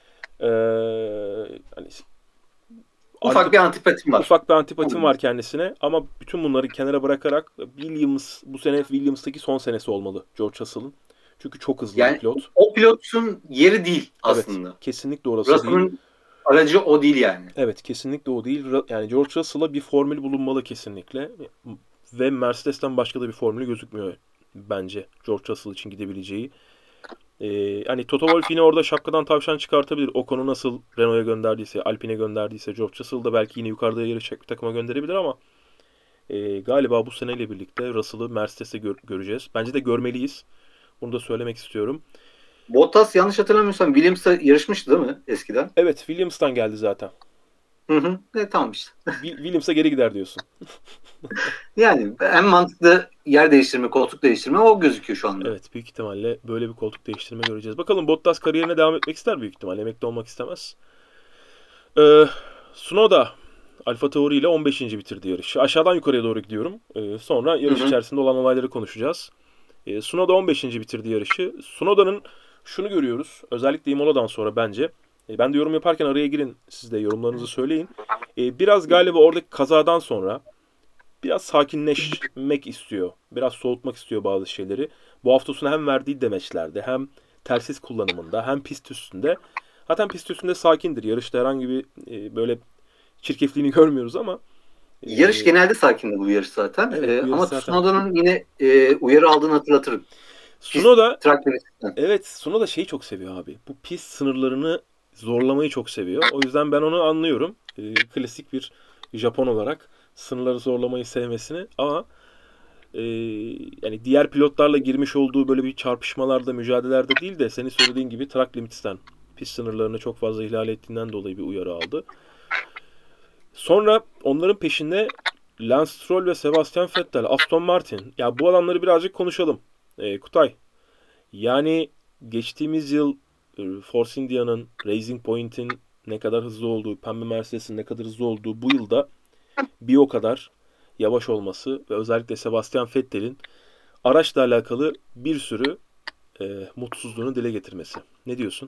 hani ufak bir antipatim var. Ufak bir antipatim var kendisine ama bütün bunları kenara bırakarak bu sene Williams'taki son senesi olmalı George Russell'ın. Çünkü çok hızlı bir pilot. O pilotun yeri değil aslında. Evet, kesinlikle orası Russell'ın değil. aracı o değil yani. Evet, kesinlikle o değil. Yani George Russell'a bir formül bulunmalı kesinlikle. Ve Mercedes'ten başka da bir formülü gözükmüyor bence George Russell için gidebileceği. Hani Toto Wolff yine orada şapkadan tavşan çıkartabilir. Ocon'u nasıl Renault'a gönderdiyse, Alpine'e gönderdiyse George Russell da belki yine yukarıda yarışacak bir takıma gönderebilir ama galiba bu seneyle birlikte Russell'ı Mercedes'te göreceğiz. Bence de görmeliyiz. Bunu da söylemek istiyorum. Bottas yanlış hatırlamıyorsam Williams'ta yarışmıştı değil mi eskiden? Evet, Williams'tan geldi zaten. Hı. Tamam işte. Williams'a geri gider diyorsun. Yani en mantıklı yer değiştirme, koltuk değiştirme o gözüküyor şu anda. Evet, büyük ihtimalle böyle bir koltuk değiştirme göreceğiz. Bakalım, Bottas kariyerine devam etmek ister büyük ihtimalle. Emekli olmak istemez. Tsunoda AlphaTauri ile 15. bitirdi yarışı. Aşağıdan yukarıya doğru gidiyorum. Sonra yarış içerisinde olan olayları konuşacağız. Tsunoda 15. bitirdi yarışı. Tsunoda'nın şunu görüyoruz. Özellikle Imola'dan sonra bence. Ben de yorum yaparken araya girin. Siz de yorumlarınızı söyleyin. Biraz galiba oradaki kazadan sonra biraz sakinleşmek istiyor. Biraz soğutmak istiyor bazı şeyleri. Bu hafta sonu hem verdiği demeçlerde hem telsiz kullanımında hem pist üstünde. Zaten pist üstünde sakindir. Yarışta herhangi bir böyle çirkefliğini görmüyoruz ama. Yarış genelde sakindi bu yarış zaten. Evet, bu yarış ama zaten. Tsunoda'nın yine uyarı aldığını hatırlatırım. Tsunoda, Track limitinden. evet, Tsunoda şeyi çok seviyor abi. Bu pist sınırlarını zorlamayı çok seviyor. O yüzden ben onu anlıyorum. Klasik bir Japon olarak sınırları zorlamayı sevmesini ama yani diğer pilotlarla girmiş olduğu böyle bir çarpışmalarda, mücadelelerde değil de senin söylediğin gibi track limits'ten, pist sınırlarını çok fazla ihlal ettiğinden dolayı bir uyarı aldı. Sonra onların peşinde Lance Stroll ve Sebastian Vettel, Aston Martin. Ya bu adamları birazcık konuşalım. Kutay. Yani geçtiğimiz yıl Force India'nın, Racing Point'in ne kadar hızlı olduğu, Pembe Mercedes'in ne kadar hızlı olduğu bu yılda bir o kadar yavaş olması ve özellikle Sebastian Vettel'in araçla alakalı bir sürü mutsuzluğunu dile getirmesi. Ne diyorsun?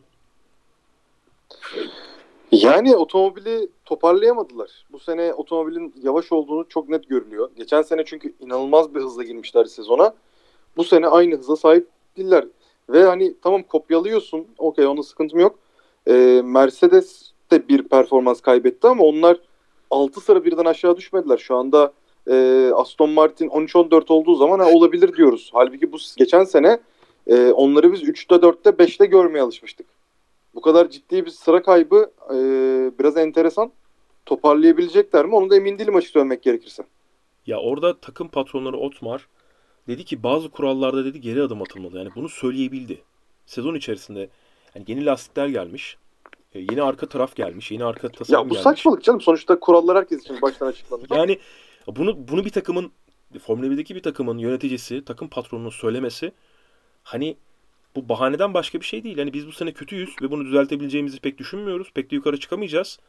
Yani otomobili toparlayamadılar. Bu sene otomobilin yavaş olduğunu çok net görülüyor. Geçen sene çünkü inanılmaz bir hızla girmişler sezona. Bu sene aynı hıza sahip değiller. Ve hani tamam kopyalıyorsun. Okey, onun sıkıntım yok. Mercedes de bir performans kaybetti ama onlar 6 sıra birden aşağı düşmediler. Şu anda Aston Martin 13-14 olduğu zaman olabilir diyoruz. Halbuki bu geçen sene onları biz 3'te 4'te 5'te görmeye alışmıştık. Bu kadar ciddi bir sıra kaybı biraz enteresan. Toparlayabilecekler mi? Onu da emin değilim açık söylemek gerekirse. Ya orada takım patronları Otmar dedi ki bazı kurallarda dedi geri adım atılmalı. Yani bunu söyleyebildi. Sezon içerisinde yani yeni lastikler gelmiş. Yeni arka taraf gelmiş. Yeni arka tasarım Ya bu gelmiş. saçmalık canım. Sonuçta kurallar herkes için baştan açıklandı. Yani bunu bir takımın Formula 1'deki bir takımın yöneticisi, takım patronunun söylemesi hani bu bahaneden başka bir şey değil. Hani biz bu sene kötüyüz ve bunu düzeltebileceğimizi pek düşünmüyoruz. Pek de yukarı çıkamayacağız.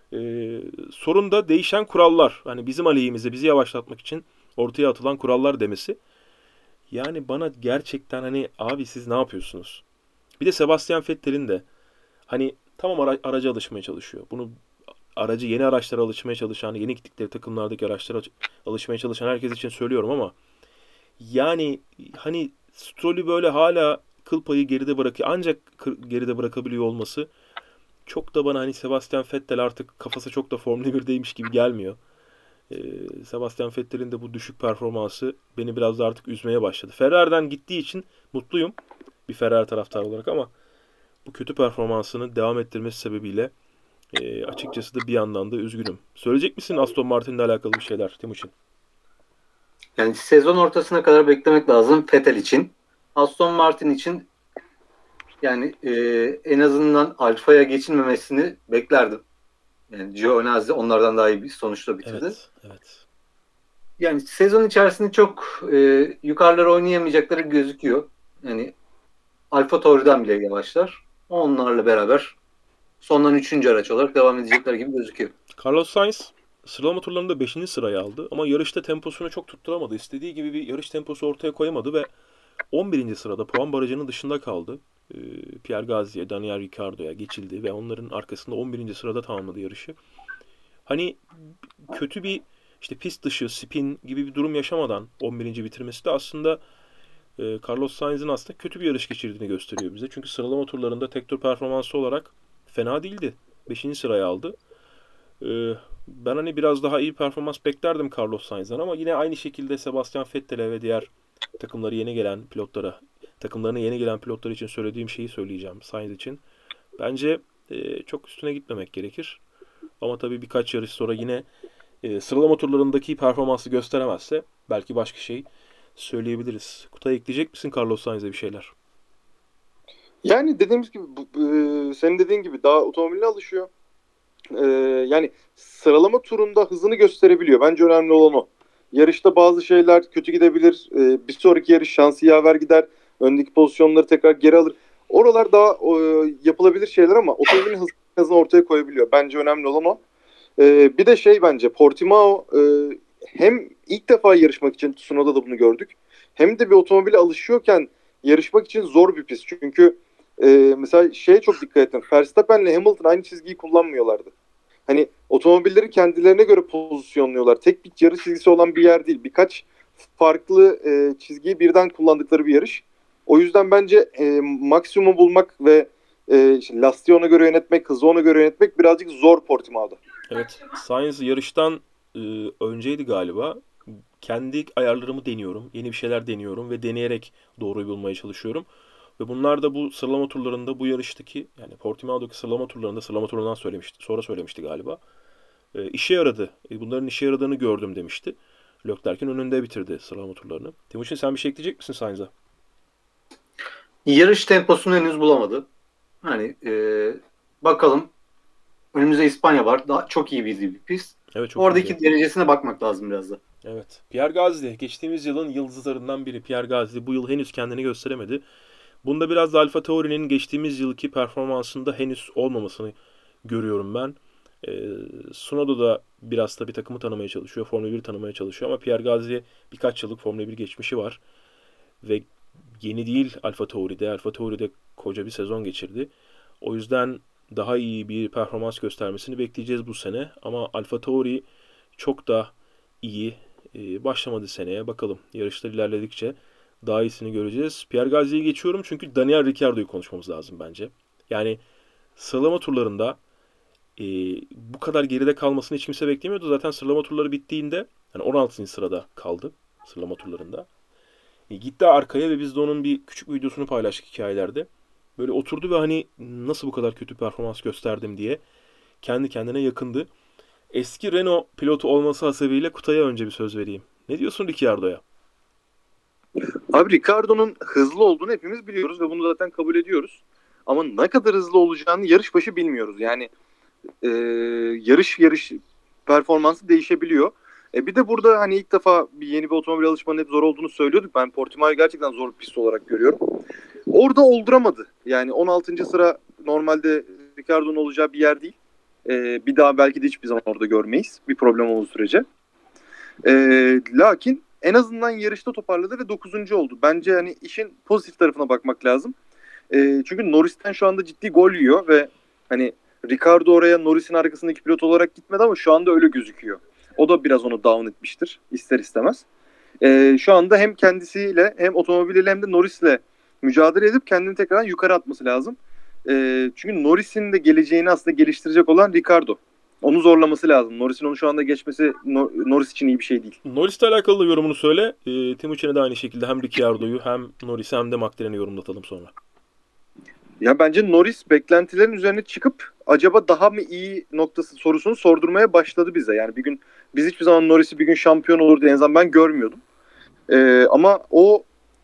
Sorun da değişen kurallar. Hani bizim aleyhimize, bizi yavaşlatmak için ortaya atılan kurallar demesi. Yani bana gerçekten hani abi siz ne yapıyorsunuz? Bir de Sebastian Vettel'in de hani tamam araca alışmaya çalışıyor. Bunu aracı yeni araçlara alışmaya çalışan, yeni gittikleri takımlardaki araçlara alışmaya çalışan herkes için söylüyorum ama yani hani Stroll'ü böyle hala kıl payı geride bırakıyor. Ancak geride bırakabiliyor olması çok da bana hani Sebastian Vettel artık kafası çok da Formula 1'deymiş gibi gelmiyor. Sebastian Vettel'in de bu düşük performansı beni biraz da artık üzmeye başladı. Ferrari'den gittiği için mutluyum bir Ferrari taraftarı olarak ama bu kötü performansını devam ettirmesi sebebiyle açıkçası da bir yandan da üzgünüm. Söyleyecek misin Aston Martin'le alakalı bir şeyler Timuçin? Yani sezon ortasına kadar beklemek lazım Vettel için. Aston Martin için yani en azından Alfa'ya geçilmemesini beklerdim. Yani Giovinazzi onlardan daha iyi bir sonuçla bitirdi. Evet, evet. Yani sezon içerisinde çok yukarılara oynayamayacakları gözüküyor. Yani Alfa Tauri'den bile yavaşlar. Onlarla beraber sondan 3. araç olarak devam edecekler gibi gözüküyor. Carlos Sainz sıralama turlarında 5. sırayı aldı ama yarışta temposunu çok tutturamadı. İstediği gibi bir yarış temposu ortaya koyamadı ve 11. sırada puan barajının dışında kaldı. Pierre Gasly'e, Daniel Ricciardo'ya geçildi ve onların arkasında 11. sırada tamamladı yarışı. Hani kötü bir işte pist dışı, spin gibi bir durum yaşamadan 11. bitirmesi de aslında Carlos Sainz'in aslında kötü bir yarış geçirdiğini gösteriyor bize. Çünkü sıralama turlarında tek tur performansı olarak fena değildi. 5. sırayı aldı. Ben hani biraz daha iyi performans beklerdim Carlos Sainz'dan ama yine aynı şekilde Sebastian Vettel'e ve diğer takımları yeni gelen pilotlara, takımlarına yeni gelen pilotlar için söylediğim şeyi söyleyeceğim Sainz için. Bence çok üstüne gitmemek gerekir. Ama tabii birkaç yarış sonra yine sıralama turlarındaki performansı gösteremezse belki başka şey söyleyebiliriz. Kutay ekleyecek misin Carlos Sainz'e bir şeyler? Yani dediğimiz gibi senin dediğin gibi daha otomobiline alışıyor. Yani sıralama turunda hızını gösterebiliyor. Bence önemli olan o. Yarışta bazı şeyler kötü gidebilir. Bir sonraki yarış şansı yaver gider. Öndeki pozisyonları tekrar geri alır. Oralar daha yapılabilir şeyler ama otomobilin hızını ortaya koyabiliyor. Bence önemli olan o. Bir de şey bence Portimao hem ilk defa yarışmak için Tsunoda da bunu gördük. Hem de bir otomobile alışıyorken yarışmak için zor bir pist. Çünkü mesela şeye çok dikkat ettim. Verstappen'le Hamilton aynı çizgiyi kullanmıyorlardı. Hani otomobilleri kendilerine göre pozisyonluyorlar. Tek bir yarış çizgisi olan bir yer değil. Birkaç farklı çizgiyi birden kullandıkları bir yarış. O yüzden bence maksimum bulmak ve işte lastiği ona göre yönetmek, hızı ona göre yönetmek birazcık zor Portimao'da. Evet, Sainz yarıştan önceydi galiba. Kendi ayarlarımı deniyorum, yeni bir şeyler deniyorum ve deneyerek doğruyu bulmaya çalışıyorum. Ve bunlar da bu sıralama turlarında bu yarıştaki yani Portimao'daki sıralama turlarında sıralama turundan söylemişti galiba. İşe yaradı. Bunların işe yaradığını gördüm demişti. Leclerc'in önünde bitirdi sıralama turlarını. Timuçin sen bir şey ekleyecek misin Sainz'a? Yarış temposunu henüz bulamadı. Hani bakalım. Önümüzde İspanya var. Daha çok iyi bildiği bir pist. Evet, çok Oradaki güzel. derecesine bakmak lazım biraz da. Evet. Pierre Gasly geçtiğimiz yılın yıldızlarından biri. Pierre Gasly bu yıl henüz kendini gösteremedi. Bunda biraz da AlphaTauri'nin geçtiğimiz yılki performansında henüz olmamasını görüyorum ben. Tsunoda da biraz tabii takımı tanımaya çalışıyor. Formula 1 tanımaya çalışıyor ama Pierre Gasly birkaç yıllık Formula 1 geçmişi var. Ve yeni değil AlphaTauri'de. AlphaTauri'de koca bir sezon geçirdi. O yüzden daha iyi bir performans göstermesini bekleyeceğiz bu sene. Ama AlphaTauri çok da iyi başlamadı seneye. Bakalım yarışlar ilerledikçe daha iyisini göreceğiz. Pierre Gasly'yi geçiyorum çünkü Daniel Ricciardo'yu konuşmamız lazım bence. Yani sıralama turlarında e, bu kadar geride kalmasını hiç kimse beklemiyordu. Zaten sıralama turları bittiğinde yani 16. sırada kaldı sıralama turlarında. Gitti arkaya ve biz de onun bir küçük videosunu paylaştık hikayelerde. Böyle oturdu ve hani nasıl bu kadar kötü performans gösterdim diye kendi kendine yakındı. Eski Renault pilotu olması hasebiyle Kutay'a önce bir söz vereyim. Ne diyorsun Ricciardo'ya? Abi Ricardo'nun hızlı olduğunu hepimiz biliyoruz ve bunu zaten kabul ediyoruz. Ama ne kadar hızlı olacağını yarış başı bilmiyoruz. Yani yarış performansı değişebiliyor. Bir de burada hani ilk defa yeni bir otomobil alışmanın hep zor olduğunu söylüyorduk. Ben Portimao'yu gerçekten zor bir pist olarak görüyorum. Orada olduramadı. Yani 16. sıra normalde Ricardo'nun olacağı bir yer değil. Bir daha belki de hiçbir zaman orada görmeyiz. Bir problem olduğu sürece. Lakin en azından yarışta toparladı ve 9. oldu. Bence hani işin pozitif tarafına bakmak lazım. Çünkü Norris'ten şu anda ciddi gol yiyor ve hani Ricardo oraya Norris'in arkasındaki pilot olarak gitmedi ama şu anda öyle gözüküyor. O da biraz onu down etmiştir ister istemez. Şu anda hem kendisiyle hem otomobiliyle hem de Norris'le mücadele edip kendini tekrardan yukarı atması lazım. Çünkü Norris'in de geleceğini aslında geliştirecek olan Ricardo. Onu zorlaması lazım. Norris'in onu şu anda geçmesi Norris için iyi bir şey değil. Norris'le alakalı da yorumunu söyle. Timuçin'e de aynı şekilde hem Ricciardo'yu hem Norris'i hem de McLaren'i yorumlatalım sonra. Ya bence Norris beklentilerin üzerine çıkıp acaba daha mı iyi noktası sorusunu sordurmaya başladı bize. Yani bir gün biz hiçbir zaman Norris'i bir gün şampiyon olur diye en azından ben görmüyordum. Ama o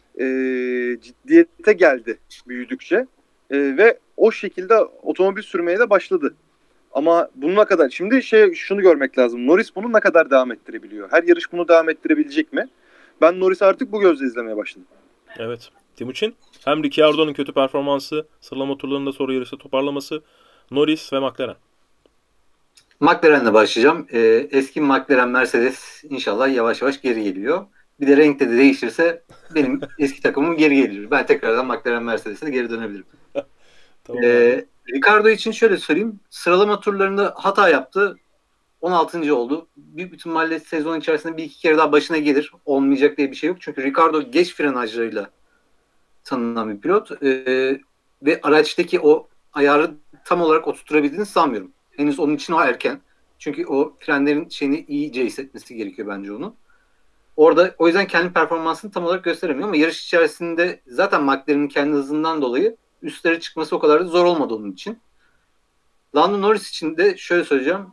ciddiyete geldi büyüdükçe ve o şekilde otomobil sürmeye de başladı. Ama bununla kadar şimdi şunu görmek lazım. Norris bunu ne kadar devam ettirebiliyor? Her yarış bunu devam ettirebilecek mi? Ben Norris'i artık bu gözle izlemeye başladım. Evet. Timuçin hem Ricciardo'nun kötü performansı, sıralama turlarında sonra yarışta toparlaması, Norris ve McLaren. McLaren'le başlayacağım. Eski McLaren Mercedes inşallah yavaş yavaş geri geliyor. Bir de renkte de değişirse benim eski takımım geri gelir. Ben tekrardan McLaren Mercedes'e geri dönebilirim. Tamam. Ricardo için şöyle söyleyeyim. Sıralama turlarında hata yaptı. 16. oldu. Büyük ihtimalle sezon içerisinde bir iki kere daha başına gelir. Olmayacak diye bir şey yok. Çünkü Ricardo geç frenajlarıyla tanınan bir pilot. Ve araçtaki o ayarı tam olarak oturtabildiğini sanmıyorum. Henüz onun için o erken. Çünkü o frenlerin şeyini iyice hissetmesi gerekiyor bence onun. Orada o yüzden kendi performansını tam olarak gösteremiyor ama yarış içerisinde zaten McLaren'in kendi hızından dolayı üstlere çıkması o kadar da zor olmadı onun için. Lando Norris için de şöyle söyleyeceğim.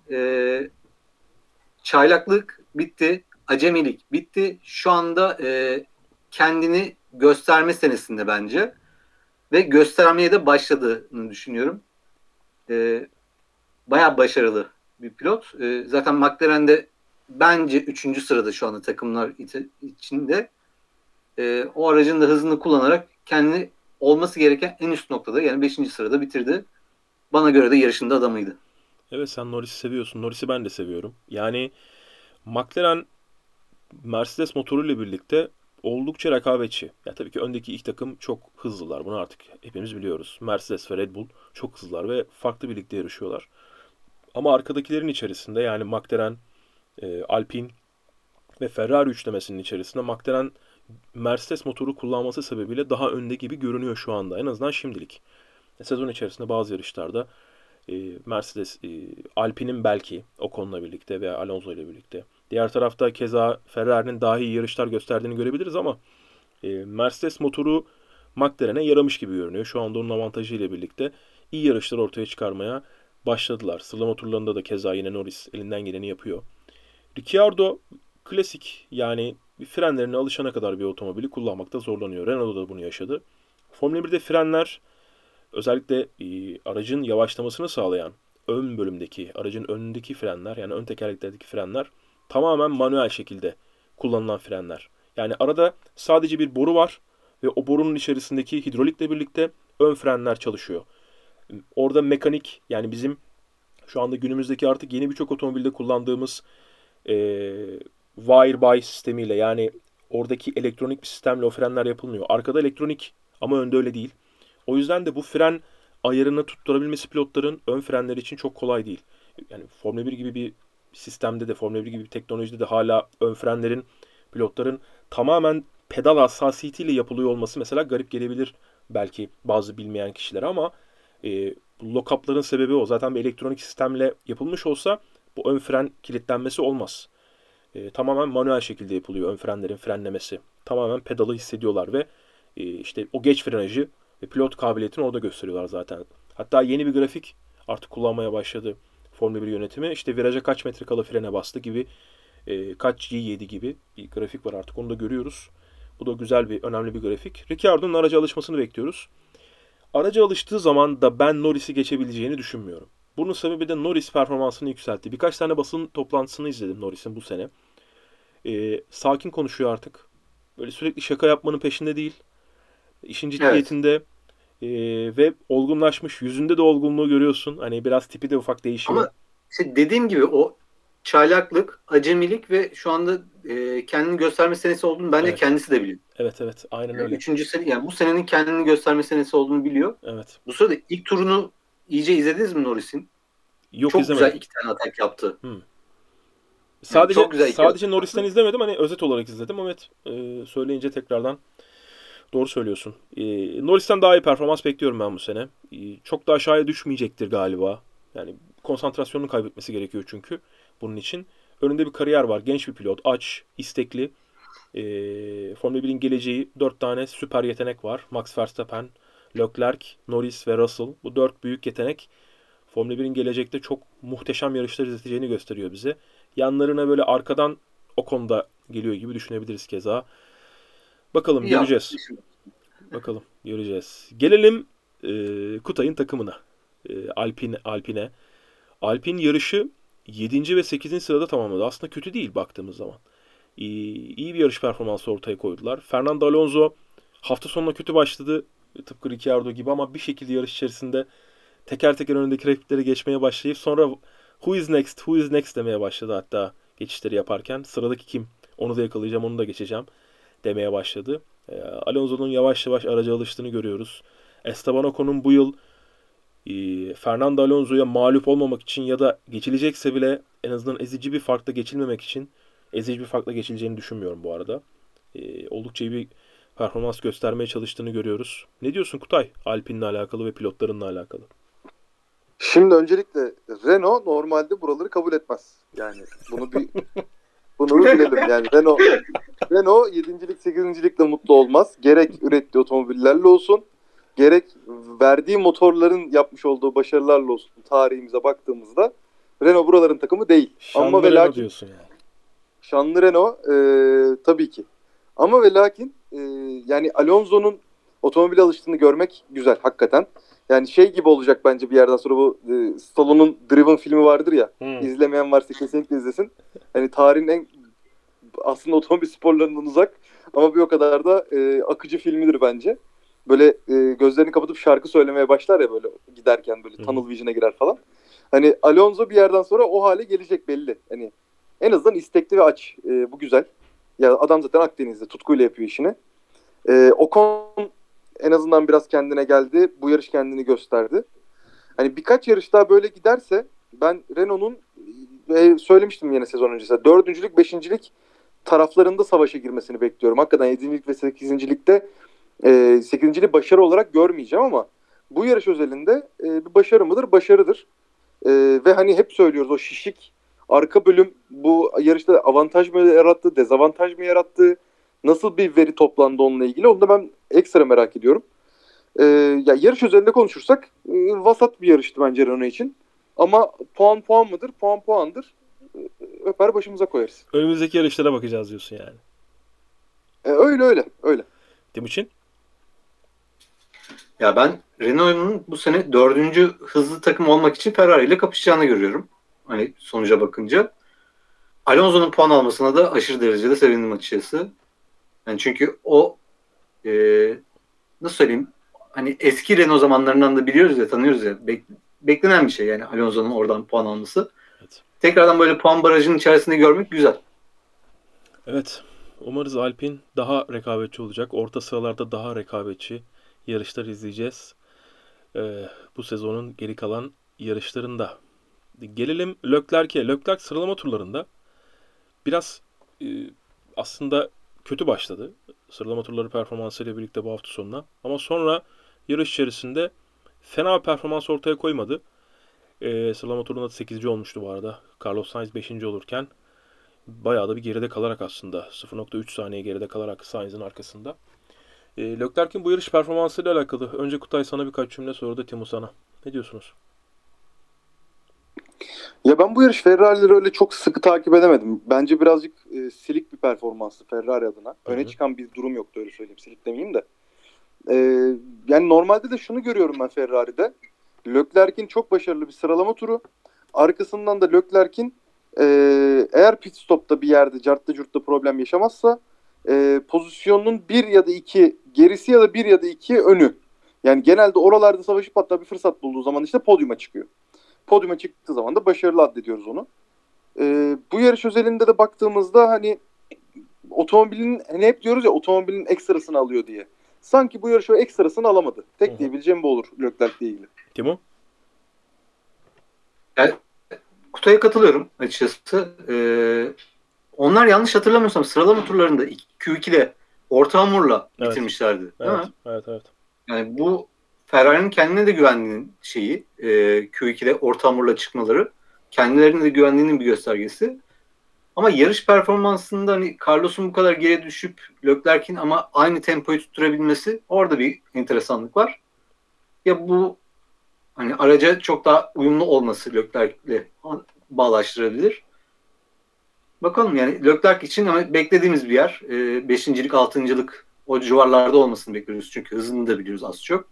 Çaylaklık bitti. Acemilik bitti. Şu anda kendini gösterme senesinde bence. Ve göstermeye de başladığını düşünüyorum. Bayağı başarılı bir pilot. Zaten McLaren'de bence 3. sırada şu anda takımlar içinde. O aracın da hızını kullanarak kendini olması gereken en üst noktada yani 5. sırada bitirdi. Bana göre de yarışında adamıydı. Evet sen Norris'i seviyorsun. Norris'i ben de seviyorum. Yani McLaren Mercedes motoruyla birlikte oldukça rekabetçi. Ya tabii ki öndeki ilk takım çok hızlılar. Bunu artık hepimiz biliyoruz. Mercedes ve Red Bull çok hızlılar ve farklı birlikte yarışıyorlar. Ama arkadakilerin içerisinde yani McLaren, Alpine ve Ferrari üçlemesinin içerisinde McLaren Mercedes motoru kullanması sebebiyle daha önde gibi görünüyor şu anda. En azından şimdilik. Sezon içerisinde bazı yarışlarda Mercedes, Alpine'in belki Ocon'la birlikte veya Alonso ile birlikte. Diğer tarafta keza Ferrari'nin daha iyi yarışlar gösterdiğini görebiliriz ama Mercedes motoru McLaren'e yaramış gibi görünüyor. Şu anda onun avantajıyla birlikte iyi yarışlar ortaya çıkarmaya başladılar. Sıralama turlarında da keza yine Norris elinden geleni yapıyor. Ricciardo klasik, yani frenlerine alışana kadar bir otomobili kullanmakta zorlanıyor. Renault da bunu yaşadı. Formula 1'de frenler, özellikle aracın yavaşlamasını sağlayan ön bölümdeki, aracın önündeki frenler, yani ön tekerleklerdeki frenler tamamen manuel şekilde kullanılan frenler. Yani arada sadece bir boru var ve o borunun içerisindeki hidrolikle birlikte ön frenler çalışıyor. Orada mekanik, yani bizim şu anda günümüzdeki artık yeni birçok otomobilde kullandığımız e, wire-by sistemiyle, yani oradaki elektronik bir sistemle o frenler yapılmıyor. Arkada elektronik ama önde öyle değil. O yüzden de bu fren ayarını tutturabilmesi pilotların ön frenleri için çok kolay değil. Yani Formula 1 gibi bir sistemde de, Formula 1 gibi bir teknolojide de hala ön frenlerin pilotların tamamen pedal hassasiyetiyle yapılıyor olması mesela garip gelebilir belki bazı bilmeyen kişilere, ama lock-up'ların sebebi o. Zaten bir elektronik sistemle yapılmış olsa bu ön fren kilitlenmesi olmaz. Tamamen manuel şekilde yapılıyor ön frenlerin frenlemesi. Tamamen pedalı hissediyorlar ve işte o geç frenajı ve pilot kabiliyetini orada gösteriyorlar zaten. Hatta yeni bir grafik artık kullanmaya başladı Formula 1 yönetimi. İşte viraja kaç metre kala frene bastı gibi, kaç G yedi gibi bir grafik var, artık onu da görüyoruz. Bu da güzel bir, önemli bir grafik. Ricciardo'nun araca alışmasını bekliyoruz. Araca alıştığı zaman da ben Norris'i geçebileceğini düşünmüyorum. Bunun sebebi de Norris performansını yükseltti. Birkaç tane basın toplantısını izledim Norris'in bu sene. Sakin konuşuyor artık. Böyle sürekli şaka yapmanın peşinde değil. İşin Evet. ciddiyetinde ve olgunlaşmış. Yüzünde de olgunluğu görüyorsun. Hani biraz tipi de ufak değişiyor. Ama işte dediğim gibi o çaylaklık, acemilik ve şu anda kendini gösterme senesi olduğunu bence Evet. kendisi de biliyor. Evet, evet. Aynen Yani öyle. üçüncü sene, yani bu senenin kendini gösterme senesi olduğunu biliyor. Evet. Bu sırada ilk turunu iyice izlediniz mi Norris'in? Yok, Çok izlemedim. güzel iki tane atak yaptı. Hmm. Yani Sadece çok güzel iki sadece atak Norris'ten yaptı. izlemedim. Hani özet olarak izledim. Evet. Söyleyince tekrardan doğru söylüyorsun. Norris'ten daha iyi performans bekliyorum ben bu sene. Çok da aşağıya düşmeyecektir galiba. Yani konsantrasyonunu kaybetmesi gerekiyor çünkü bunun için. Önünde bir kariyer var. Genç bir pilot. Aç, istekli. Formula 1'in geleceği, 4 tane süper yetenek var. Max Verstappen, Leclerc, Norris ve Russell. Bu 4 büyük yetenek Formula 1'in gelecekte çok muhteşem yarışlar izleteceğini gösteriyor bize. Yanlarına böyle arkadan o konuda geliyor gibi düşünebiliriz keza. Bakalım, İyi yaptı. göreceğiz. Bakalım, göreceğiz. Gelelim Kutay'ın takımına. Alpine. Alpine yarışı 7. ve 8. sırada tamamladı. Aslında kötü değil baktığımız zaman. İyi bir yarış performansı ortaya koydular. Fernando Alonso hafta sonuna kötü başladı. Tıpkı Ricciardo gibi, ama bir şekilde yarış içerisinde teker teker önündeki rakipleri geçmeye başlayıp sonra who is next, who is next demeye başladı, hatta geçişleri yaparken. Sıradaki kim? Onu da yakalayacağım, onu da geçeceğim demeye başladı. Alonso'nun yavaş yavaş araca alıştığını görüyoruz. Esteban Ocon'un bu yıl Fernando Alonso'ya mağlup olmamak için ya da geçilecekse bile en azından ezici bir farkla geçilmemek için, ezici bir farkla geçileceğini düşünmüyorum bu arada. Oldukça iyi bir performans göstermeye çalıştığını görüyoruz. Ne diyorsun Kutay? Alpine'le alakalı ve pilotlarınla alakalı. Şimdi öncelikle Renault normalde buraları kabul etmez. Yani bunu bir bilelim. Yani Renault 7. lig 8. ligle mutlu olmaz. Gerek ürettiği otomobillerle olsun, gerek verdiği motorların yapmış olduğu başarılarla olsun, tarihimize baktığımızda Renault buraların takımı değil. Ama Şanlı ve Renault lakin diyorsun yani. şanlı Renault tabii ki. Ama ve lakin yani Alonso'nun otomobil alıştığını görmek güzel hakikaten. Yani şey gibi olacak bence bir yerden sonra, bu Stallone'un Driven filmi vardır ya. Hmm. İzlemeyen varsa kesinlikle izlesin. Hani tarihin en aslında otomobil sporlarından uzak ama bir o kadar da akıcı filmidir bence. Böyle gözlerini kapatıp şarkı söylemeye başlar ya böyle giderken, böyle Hı hı. tunnel vision'a girer falan. Hani Alonso bir yerden sonra o hale gelecek belli. Hani en azından istekli ve aç. Bu güzel. Ya adam zaten Akdeniz'de tutkuyla yapıyor işini. Ocon en azından biraz kendine geldi. Bu yarış kendini gösterdi. Hani birkaç yarış daha böyle giderse ben Renault'un söylemiştim yine sezon öncesinde, dördüncülük, beşincilik taraflarında savaşa girmesini bekliyorum. Hakikaten 7. ve 8. ligde 8. başarı olarak görmeyeceğim ama bu yarış özelinde bir başarı mıdır? Başarıdır. Ve hani hep söylüyoruz, o şişik arka bölüm bu yarışta avantaj mı yarattı, dezavantaj mı yarattı? Nasıl bir veri toplandı onunla ilgili? Onu da ben ekstra merak ediyorum. Ya yarış özelinde konuşursak vasat bir yarıştı bence Renault için. Ama puan mıdır? Puandır. Öper başımıza koyarız. Önümüzdeki yarışlara bakacağız diyorsun yani. Öyle. Timuçin? Ya ben Renault'un bu sene 4. hızlı takım olmak için Ferrari ile kapışacağını görüyorum. Hani sonuca bakınca. Alonso'nun puan almasına da aşırı derecede sevindim açıkçası. Yani çünkü o e, nasıl söyleyeyim, hani eski Renault zamanlarından da biliyoruz ya, tanıyoruz ya, beklenen bir şey yani Alonso'nun oradan puan alması. Evet. Tekrardan böyle puan barajının içerisinde görmek güzel. Evet. Umarız Alpine daha rekabetçi olacak. Orta sıralarda daha rekabetçi yarışlar izleyeceğiz. Bu sezonun geri kalan yarışlarında. Gelelim Leclerc'e. Leclerc sıralama turlarında biraz e, aslında kötü başladı. Sıralama turları performansıyla birlikte bu hafta sonuna. Ama sonra yarış içerisinde fena bir performans ortaya koymadı. Sıralama turunda 8. olmuştu bu arada. Carlos Sainz 5. olurken bayağı da bir geride kalarak aslında 0.3 saniye geride kalarak Sainz'in arkasında. Leclerc'in bu yarış performansıyla alakalı önce Kutay sana birkaç cümle, sonra da Timu sana. Ne diyorsunuz? Ya ben bu yarış Ferrari'leri öyle çok sıkı takip edemedim. Bence birazcık silik bir performanstı Ferrari adına. Öne Hı. çıkan bir durum yoktu, öyle söyleyeyim. Silik demeyeyim de. E, Yani normalde de şunu görüyorum ben Ferrari'de. Leclerc'in çok başarılı bir sıralama turu. Arkasından da Leclerc'in eğer pit stop'ta bir yerde cartta curtta problem yaşamazsa pozisyonun bir ya da iki gerisi ya da bir ya da iki önü. Yani genelde oralarda savaşıp hatta bir fırsat bulduğu zaman işte podyuma çıkıyor. Podyuma çıktığı zaman da başarılı addediyoruz onu. Bu yarış özelinde de baktığımızda hani otomobilin, hani hep diyoruz ya otomobilin ekstrasını alıyor diye. Sanki bu yarış o ekstrasını alamadı. Hı Tek hı. diyebileceğim bu olur Leclerc'le ilgili. Timu? Yani Kutay'a katılıyorum açıkçası. Onlar yanlış hatırlamıyorsam sıralama turlarında Q2'de orta hamurla Evet. bitirmişlerdi. Değil Evet. mi? Evet. Yani bu Ferrari'nin kendine de güvendiğinin şeyi, Q2'de orta hamurla çıkmaları kendilerine de güvendiğinin bir göstergesi. Ama yarış performansında hani Carlos'un bu kadar geriye düşüp Leclerc'in ama aynı tempoyu tutturabilmesi, orada bir enteresanlık var. Ya bu hani araca çok daha uyumlu olması Leclerc'le bağlaştırabilir. Bakalım yani Leclerc için ama beklediğimiz bir yer. Beşincilik, altıncılık o civarlarda olmasını bekliyoruz. Çünkü hızını da biliyoruz az çok.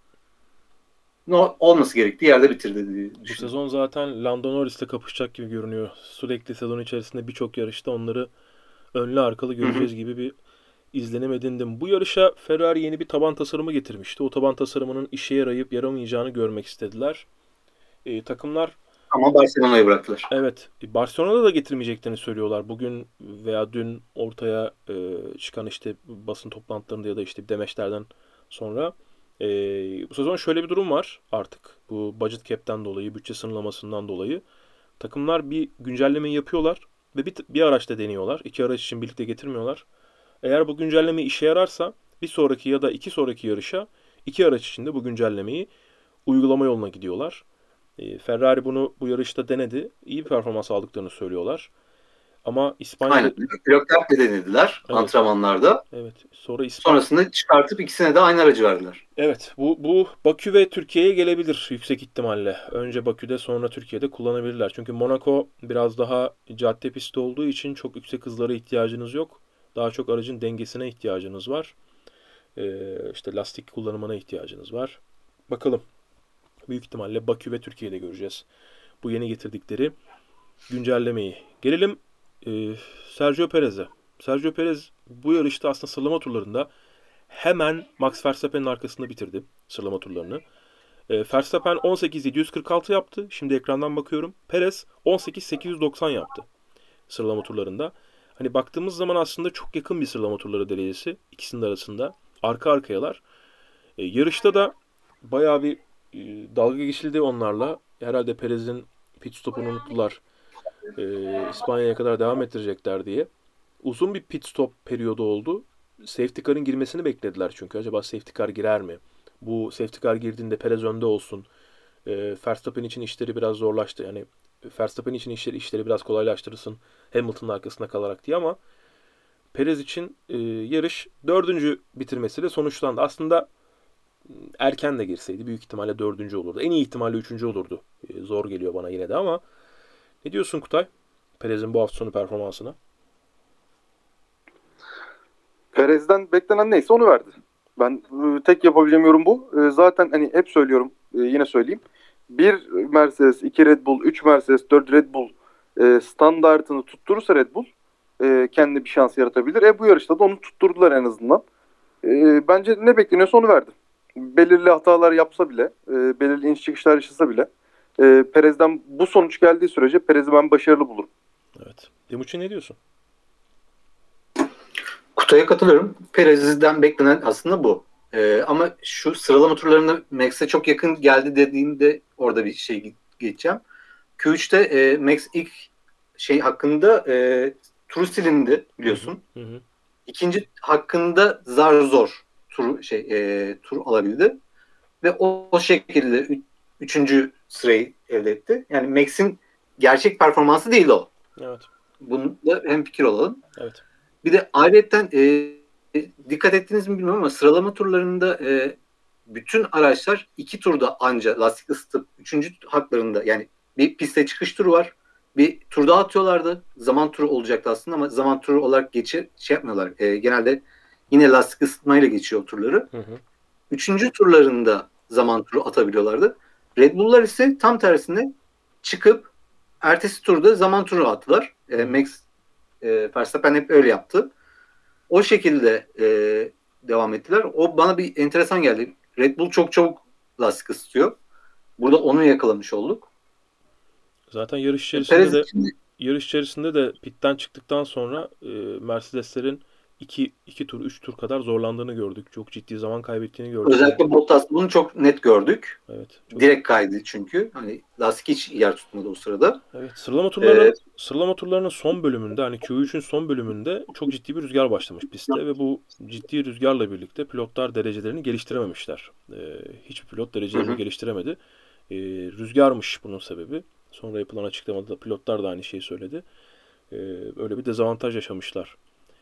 Olması gerektiği yerde bitirdi diye Bu düşünüyorum. sezon zaten Lando Norris'le kapışacak gibi görünüyor. Sürekli sezon içerisinde birçok yarışta onları önlü arkalı Hı hı. göreceğiz gibi bir izlenim edindim. Bu yarışa Ferrari yeni bir taban tasarımı getirmişti. O taban tasarımının işe yarayıp yaramayacağını görmek istediler. Takımlar Ama Barcelona'yı bıraktılar. evet, Barcelona'da da getirmeyeceklerini söylüyorlar. Bugün veya dün ortaya çıkan işte basın toplantılarında ya da işte demeçlerden sonra e, bu sezon şöyle bir durum var artık. Bu budget cap'ten dolayı, bütçe sınırlamasından dolayı takımlar bir güncellemeyi yapıyorlar ve bir araçta deniyorlar. İki araç için birlikte getirmiyorlar. Eğer bu güncelleme işe yararsa bir sonraki ya da iki sonraki yarışa iki araç içinde bu güncellemeyi uygulama yoluna gidiyorlar. Ferrari bunu bu yarışta denedi. İyi bir performans aldıklarını söylüyorlar. Ama İspanya'da Aynen. Leclerc'le denediler evet, antrenmanlarda. evet. Sonra Sonrasında çıkartıp ikisine de aynı aracı verdiler. evet, bu Bakü ve Türkiye'ye gelebilir yüksek ihtimalle. Önce Bakü'de sonra Türkiye'de kullanabilirler. Çünkü Monaco biraz daha cadde pisti olduğu için çok yüksek hızlara ihtiyacınız yok. Daha çok aracın dengesine ihtiyacınız var. İşte lastik kullanımına ihtiyacınız var. Bakalım. Büyük ihtimalle Bakü ve Türkiye'de göreceğiz bu yeni getirdikleri güncellemeyi. Gelelim Sergio Perez'e. Sergio Perez bu yarışta aslında sıralama turlarında hemen Max Verstappen'in arkasında bitirdi sıralama turlarını. Verstappen 18.746 yaptı. Şimdi ekrandan bakıyorum. Perez 18.890 yaptı sıralama turlarında. Hani baktığımız zaman aslında çok yakın bir sıralama turları derecesi ikisinin arasında. Arka arkayalar. Yarışta da bayağı bir dalga geçildi onlarla. Herhalde Perez'in pit stopunu unuttular. İspanya'ya kadar devam ettirecekler diye. Uzun bir pit stop periyodu oldu. Safety car'ın girmesini beklediler çünkü. Acaba safety car girer mi? Bu safety car girdiğinde Perez önde olsun. Verstappen için işleri biraz zorlaştı. Yani Verstappen için işleri biraz kolaylaştırırsın. Hamilton'ın arkasında kalarak diye ama Perez için yarış 4. bitirmesiyle sonuçlandı. Aslında erken de girseydi büyük ihtimalle 4. olurdu. En iyi ihtimalle 3. olurdu. Zor geliyor bana yine de ama ne diyorsun Kutay? Perez'in bu hafta sonu performansına. Perez'den beklenen neyse onu verdi. Ben tek yapabileceğim yorum bu. Zaten hani hep söylüyorum, yine söyleyeyim. 1 Mercedes, 2 Red Bull, 3 Mercedes, 4 Red Bull standartını tutturursa Red Bull kendi bir şans yaratabilir. Bu yarışta da onu tutturdular en azından. Bence ne bekleniyorsa onu verdi. Belirli hatalar yapsa bile, belirli iniş çıkışlar yaşasa bile Perez'den bu sonuç geldiği sürece Perez'i ben başarılı bulurum. Evet. Timuçin ne diyorsun? Kutay'a katılıyorum. Perez'den beklenen aslında bu. Ama şu sıralama turlarında Max'e çok yakın geldi dediğinde orada bir şey geçeceğim. Q3'te Max ilk şey hakkında turu silindi biliyorsun. Hı hı. İkinci hakkında zar zor tur alabildi ve o şekilde üçüncü sırayı elde etti. Yani Max'in gerçek performansı değil o. Evet. Bunda hemfikir olalım. Evet. Bir de ayrıca dikkat ettiniz mi bilmiyorum ama sıralama turlarında bütün araçlar 2 turda anca lastik ısıtıp 3. haklarında yani bir piste çıkış turu var. Bir tur daha atıyorlardı. Zaman turu olacaktı aslında ama zaman turu olarak yapmıyorlar. Genelde yine lastik ısıtmayla geçiyor turları. Hı hı. 3. turlarında zaman turu atabiliyorlardı. Red Bull'lar ise tam tersine çıkıp ertesi turda zaman turu attılar. Max Verstappen hep öyle yaptı. O şekilde devam ettiler. O bana bir enteresan geldi. Red Bull çok çabuk lastik ısıtıyor. Burada onu yakalamış olduk. Zaten yarış Perez içerisinde de için yarış içerisinde de pitten çıktıktan sonra Mercedeslerin 2 tur 3 tur kadar zorlandığını gördük. Çok ciddi zaman kaybettiğini gördük. özellikle Bottas bunu çok net gördük. Evet. Çok... Direkt kaydı çünkü. Hani lastik hiç yer tutmadı o sırada. Evet. Sıralama turlarının son bölümünde hani Q3'ün son bölümünde çok ciddi bir rüzgar başlamış pistte ve bu ciddi rüzgarla birlikte pilotlar derecelerini geliştirememişler. Hiçbir pilot derecelerini geliştiremedi. Rüzgarmış bunun sebebi. Sonra yapılan açıklamada da pilotlar da aynı şeyi söyledi. Öyle bir dezavantaj yaşamışlar.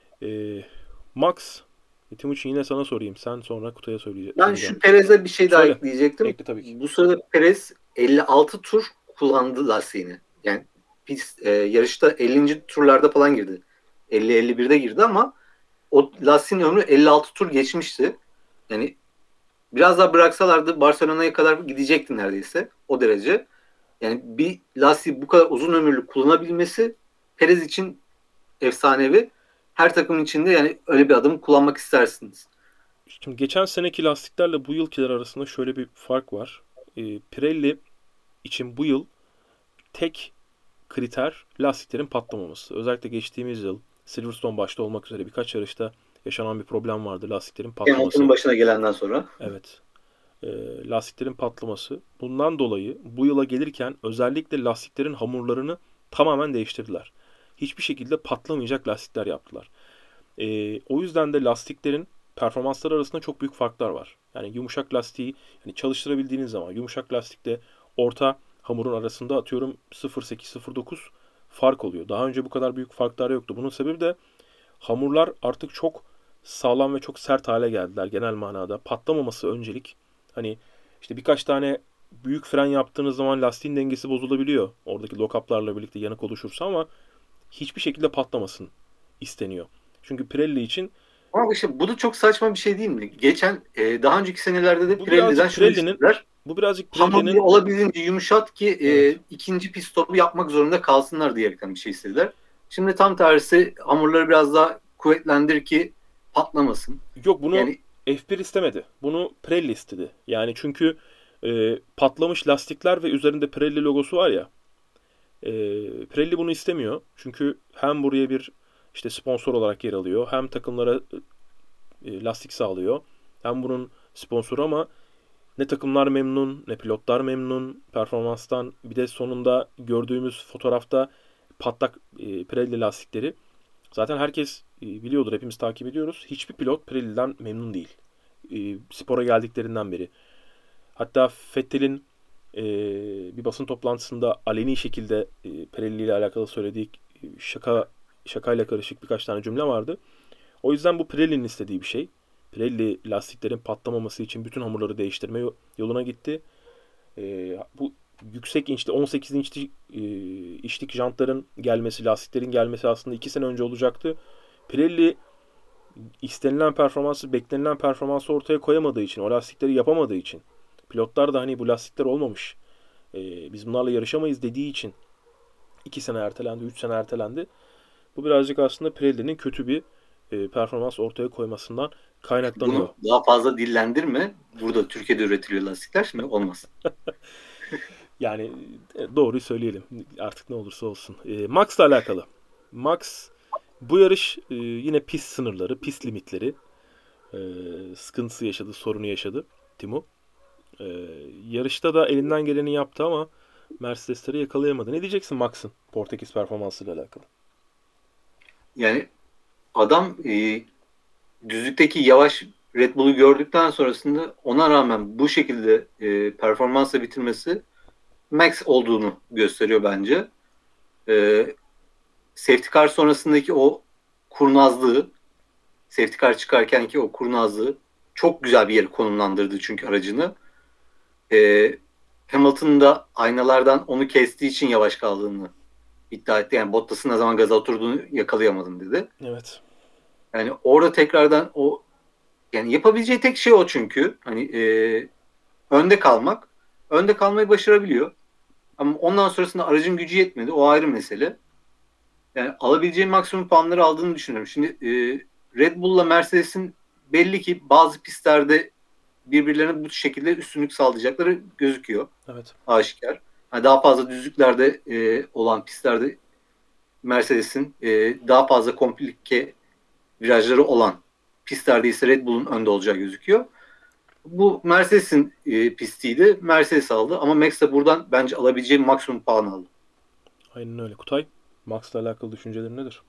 Max, Timuçin yine sana sorayım. Sen sonra Kutay'a söyleyeceksin. Ben şu Perez'e bir şey daha Söyle. ekleyecektim. Ekle tabii ki. Bu sırada Perez 56 tur kullandı lastiğini. Yani yarışta 50. turlarda falan girdi. 50-51'de girdi ama o lastiğin ömrü 56 tur geçmişti. Yani biraz daha bıraksalardı Barcelona'ya kadar gidecekti neredeyse. O derece. Yani bir lastiği bu kadar uzun ömürlü kullanabilmesi Perez için efsanevi. Her takımın içinde yani öyle bir adım kullanmak istersiniz. Şimdi geçen seneki lastiklerle bu yılkiler arasında şöyle bir fark var. Pirelli için bu yıl tek kriter lastiklerin patlamaması. Özellikle geçtiğimiz yıl Silverstone başta olmak üzere birkaç yarışta yaşanan bir problem vardı. Lastiklerin patlaması. Hamilton'un başına gelenden sonra. Evet. Lastiklerin patlaması. Bundan dolayı bu yıla gelirken özellikle lastiklerin hamurlarını tamamen değiştirdiler. Hiçbir şekilde patlamayacak lastikler yaptılar. O yüzden de lastiklerin performansları arasında çok büyük farklar var. Yani yumuşak lastiği yani çalıştırabildiğiniz zaman yumuşak lastikle orta hamurun arasında atıyorum 0.8-0.9 fark oluyor. Daha önce bu kadar büyük farklar yoktu. Bunun sebebi de hamurlar artık çok sağlam ve çok sert hale geldiler genel manada. Patlamaması öncelik. Hani işte birkaç tane büyük fren yaptığınız zaman lastiğin dengesi bozulabiliyor. Oradaki lock-up'larla birlikte yanık oluşursa ama hiçbir şekilde patlamasın isteniyor. Çünkü Pirelli için Ama işte bu da çok saçma bir şey değil mi? Geçen daha önceki senelerde de bu Pirelli'den birazcık şunu Pirelli'nin istediler. bu birazcık Hamuru Pirelli'nin olabildiğince yumuşat ki Evet. ikinci pit stopu yapmak zorunda kalsınlar diyerekten bir şey istediler. Şimdi tam tersi hamurları biraz daha kuvvetlendir ki patlamasın. Yok bunu Yani F1 istemedi. Bunu Pirelli istedi. Yani çünkü patlamış lastikler ve üzerinde Pirelli logosu var ya. Pirelli bunu istemiyor. Çünkü hem buraya bir işte sponsor olarak yer alıyor. Hem takımlara lastik sağlıyor. Hem bunun sponsoru ama ne takımlar memnun, ne pilotlar memnun performanstan. Bir de sonunda gördüğümüz fotoğrafta patlak Pirelli lastikleri. Zaten herkes biliyordur, hepimiz takip ediyoruz. Hiçbir pilot Pirelli'den memnun değil. Spora geldiklerinden beri. Hatta Vettel'in bir basın toplantısında aleni şekilde Pirelli ile alakalı söylediği şakayla karışık birkaç tane cümle vardı. O yüzden bu Pirelli'nin istediği bir şey. Pirelli lastiklerin patlamaması için bütün hamurları değiştirme yoluna gitti. Bu yüksek inçli 18 inçli içlik jantların gelmesi, lastiklerin gelmesi aslında 2 sene önce olacaktı. Pirelli istenilen performansı, beklenilen performansı ortaya koyamadığı için, o lastikleri yapamadığı için, pilotlar da hani bu lastikler olmamış, biz bunlarla yarışamayız dediği için 2 sene ertelendi, 3 sene ertelendi. Bu birazcık aslında Pirelli'nin kötü bir performans ortaya koymasından kaynaklanıyor. Bunu daha fazla dillendirme. Burada Türkiye'de üretiliyor lastikler, şimdi olmaz. Yani doğruyu söyleyelim. Artık ne olursa olsun. Max'la alakalı. Max bu yarış yine pist sınırları, pist limitleri sıkıntısı yaşadı, sorunu yaşadı Timo. Yarışta da elinden geleni yaptı ama Mercedes'leri yakalayamadı. Ne diyeceksin Max'ın Portekiz performansıyla alakalı? Yani adam düzlükteki yavaş Red Bull'u gördükten sonrasında ona rağmen bu şekilde performansla bitirmesi Max olduğunu gösteriyor bence. Safety car sonrasındaki o kurnazlığı, safety car çıkarkenki o kurnazlığı çok güzel bir yere konumlandırdı çünkü aracını. Hamilton da aynalardan onu kestiği için yavaş kaldığını iddia etti. Yani Bottas'ın ne zaman gaza oturduğunu yakalayamadım dedi. Evet. Yani orada tekrardan o, yani yapabileceği tek şey o çünkü. Hani önde kalmak. Önde kalmayı başarabiliyor. Ama ondan sonrasında aracın gücü yetmedi. O ayrı mesele. Yani alabileceği maksimum puanları aldığını düşünüyorum. Şimdi Red Bull'la Mercedes'in belli ki bazı pistlerde birbirlerine bu şekilde üstünlük sağlayacakları gözüküyor. Evet. Aşikar. Yani daha fazla düzlüklerde olan pistlerde Mercedes'in daha fazla komplike virajları olan pistlerde ise Red Bull'un önde olacağı gözüküyor. Bu Mercedes'in pistiydi. Mercedes aldı ama Max de buradan bence alabileceği maksimum puan aldı. Aynen öyle. Kutay, Max'la alakalı düşüncelerin nedir?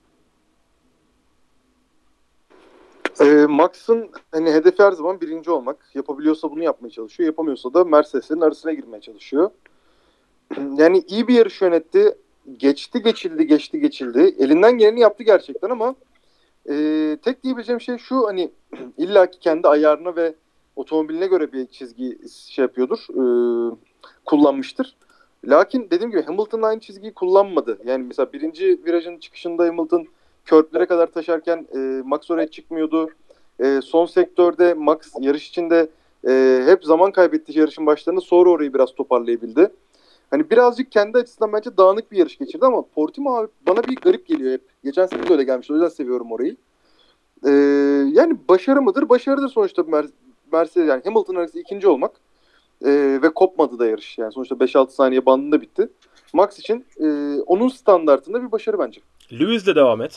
Max'ın hani hedefi her zaman birinci olmak. Yapabiliyorsa bunu yapmaya çalışıyor. Yapamıyorsa da Mercedes'in arasına girmeye çalışıyor. Yani iyi bir yarış yönetti. Geçildi. Elinden geleni yaptı gerçekten ama tek diyebileceğim şey şu, hani illaki kendi ayarına ve otomobiline göre bir çizgi şey yapıyordur. Kullanmıştır. Lakin dediğim gibi Hamilton aynı çizgiyi kullanmadı. Yani mesela birinci virajın çıkışında Hamilton körtlere kadar taşarken Max oraya çıkmıyordu. Son sektörde Max yarış içinde hep zaman kaybetti yarışın başlarında. Sonra orayı biraz toparlayabildi. Hani birazcık kendi açısından bence dağınık bir yarış geçirdi ama Portimao abi bana bir garip geliyor hep. Geçen sene de öyle gelmişti. O yüzden seviyorum orayı. Yani başarı mıdır? Başarıdır sonuçta Mercedes, yani Hamilton arası ikinci olmak. Ve kopmadı da yarış. Yani sonuçta 5-6 saniye bandında bitti. Max için onun standartında bir başarı bence. Lewis'le devam et.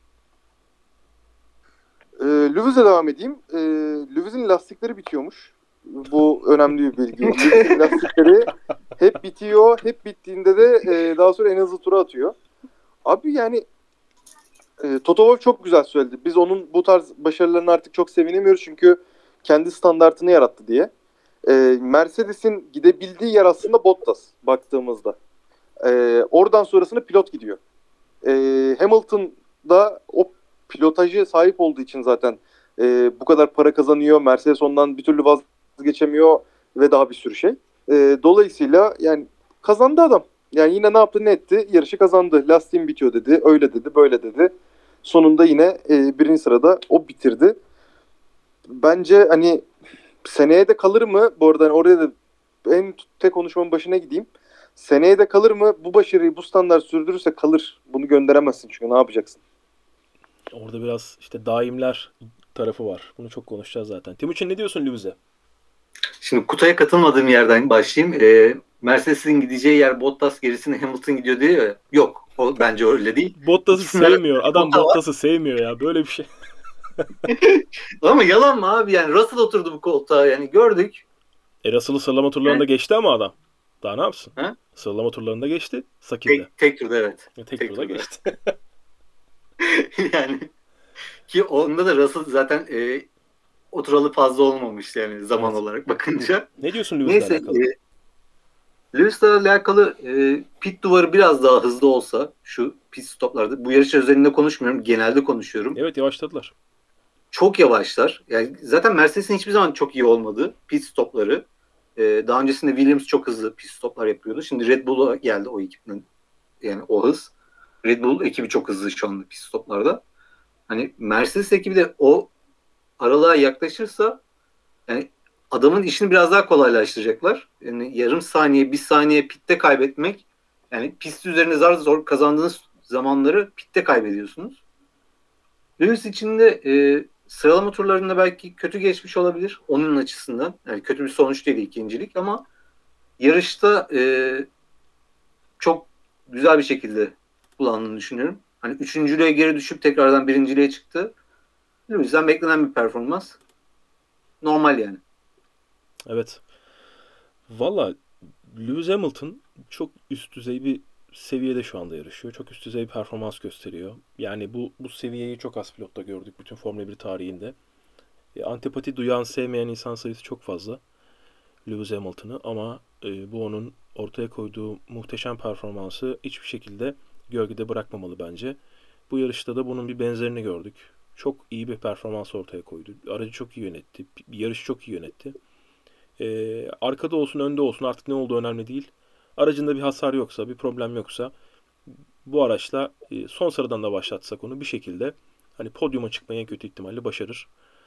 Lewis'e devam edeyim. Lewis'in lastikleri bitiyormuş. Bu önemli bir bilgi. Lewis'in lastikleri hep bitiyor. Hep bittiğinde de daha sonra en hızlı tura atıyor. Abi yani Toto Wolff çok güzel söyledi. Biz onun bu tarz başarılarını artık çok sevinemiyoruz çünkü kendi standartını yarattı diye. Mercedes'in gidebildiği yer aslında Bottas baktığımızda. Oradan sonrasında pilot gidiyor. Hamilton da o pilotajı sahip olduğu için zaten bu kadar para kazanıyor. Mercedes ondan bir türlü vazgeçemiyor ve daha bir sürü şey. Dolayısıyla yani kazandı adam. Yani yine ne yaptı ne etti? Yarışı kazandı. Lastiğim bitiyor dedi. Öyle dedi, böyle dedi. Sonunda yine birinci sırada o bitirdi. Bence hani seneye de kalır mı? Bu arada hani oraya da tek konuşmamın başına gideyim. Seneye de kalır mı? Bu başarıyı, bu standart sürdürürse kalır. Bunu gönderemezsin çünkü ne yapacaksın? Orada biraz işte daimler tarafı var. Bunu çok konuşacağız zaten. Timuçin ne diyorsun Lewis'e? Şimdi Kutay'a katılmadığım yerden başlayayım. Mercedes'in gideceği yer Bottas, gerisine Hamilton gidiyor diyor ya. Yok. O bence öyle değil. Bottas'ı İkisinde sevmiyor. Adam nokta var. Bottas'ı sevmiyor ya. Böyle bir şey. Ama yalan mı abi? Yani Russell oturdu bu koltuğa. Yani gördük. Russell'ı sıralama turlarında geçti ama adam. Daha ne yapsın? Ha? Sıralama turlarında geçti. Sakir'de. Tek turda evet. Tek turda turda. geçti. Yani ki onda da Russell zaten oturalı fazla olmamış yani zaman Evet. olarak bakınca. Ne diyorsun Lewis'le Neyse alakalı? Lewis'le alakalı pit duvarı biraz daha hızlı olsa şu pit stoplarda, bu yarış özelinde konuşmuyorum, genelde konuşuyorum. Evet, yavaşladılar. Çok yavaşlar. Yani zaten Mercedes'in hiçbir zaman çok iyi olmadı pit stopları. Daha öncesinde Williams çok hızlı pit stoplar yapıyordu. Şimdi Red Bull'a geldi o ekibin, yani o hız. Red Bull ekibi çok hızlı şu anda pit stoplarda. Hani Mercedes ekibi de o aralığa yaklaşırsa yani adamın işini biraz daha kolaylaştıracaklar. Yani yarım saniye, bir saniye pitte kaybetmek, yani pist üzerine zar zor kazandığınız zamanları pitte kaybediyorsunuz. Lewis için de sıralama turlarında belki kötü geçmiş olabilir onun açısından. Yani kötü bir sonuç değil ikincilik, ama yarışta çok güzel bir şekilde kullandığını düşünüyorum. Hani üçüncülüğe geri düşüp tekrardan birinciliğe çıktı. Lewis'den beklenen bir performans. Normal yani. Evet. Valla Lewis Hamilton çok üst düzey bir seviyede şu anda yarışıyor. Çok üst düzey bir performans gösteriyor. Yani bu seviyeyi çok az pilotta gördük bütün Formula 1 tarihinde. Antipati duyan, sevmeyen insan sayısı çok fazla Lewis Hamilton'ı, ama bu onun ortaya koyduğu muhteşem performansı hiçbir şekilde gölgede bırakmamalı bence. Bu yarışta da bunun bir benzerini gördük. Çok iyi bir performans ortaya koydu. Aracı çok iyi yönetti. Yarışı çok iyi yönetti. Arkada olsun, önde olsun, artık ne olduğu önemli değil. Aracında bir hasar yoksa, bir problem yoksa bu araçla son sıradan da başlatsak onu bir şekilde hani podyuma çıkmayı en kötü ihtimalle başarır.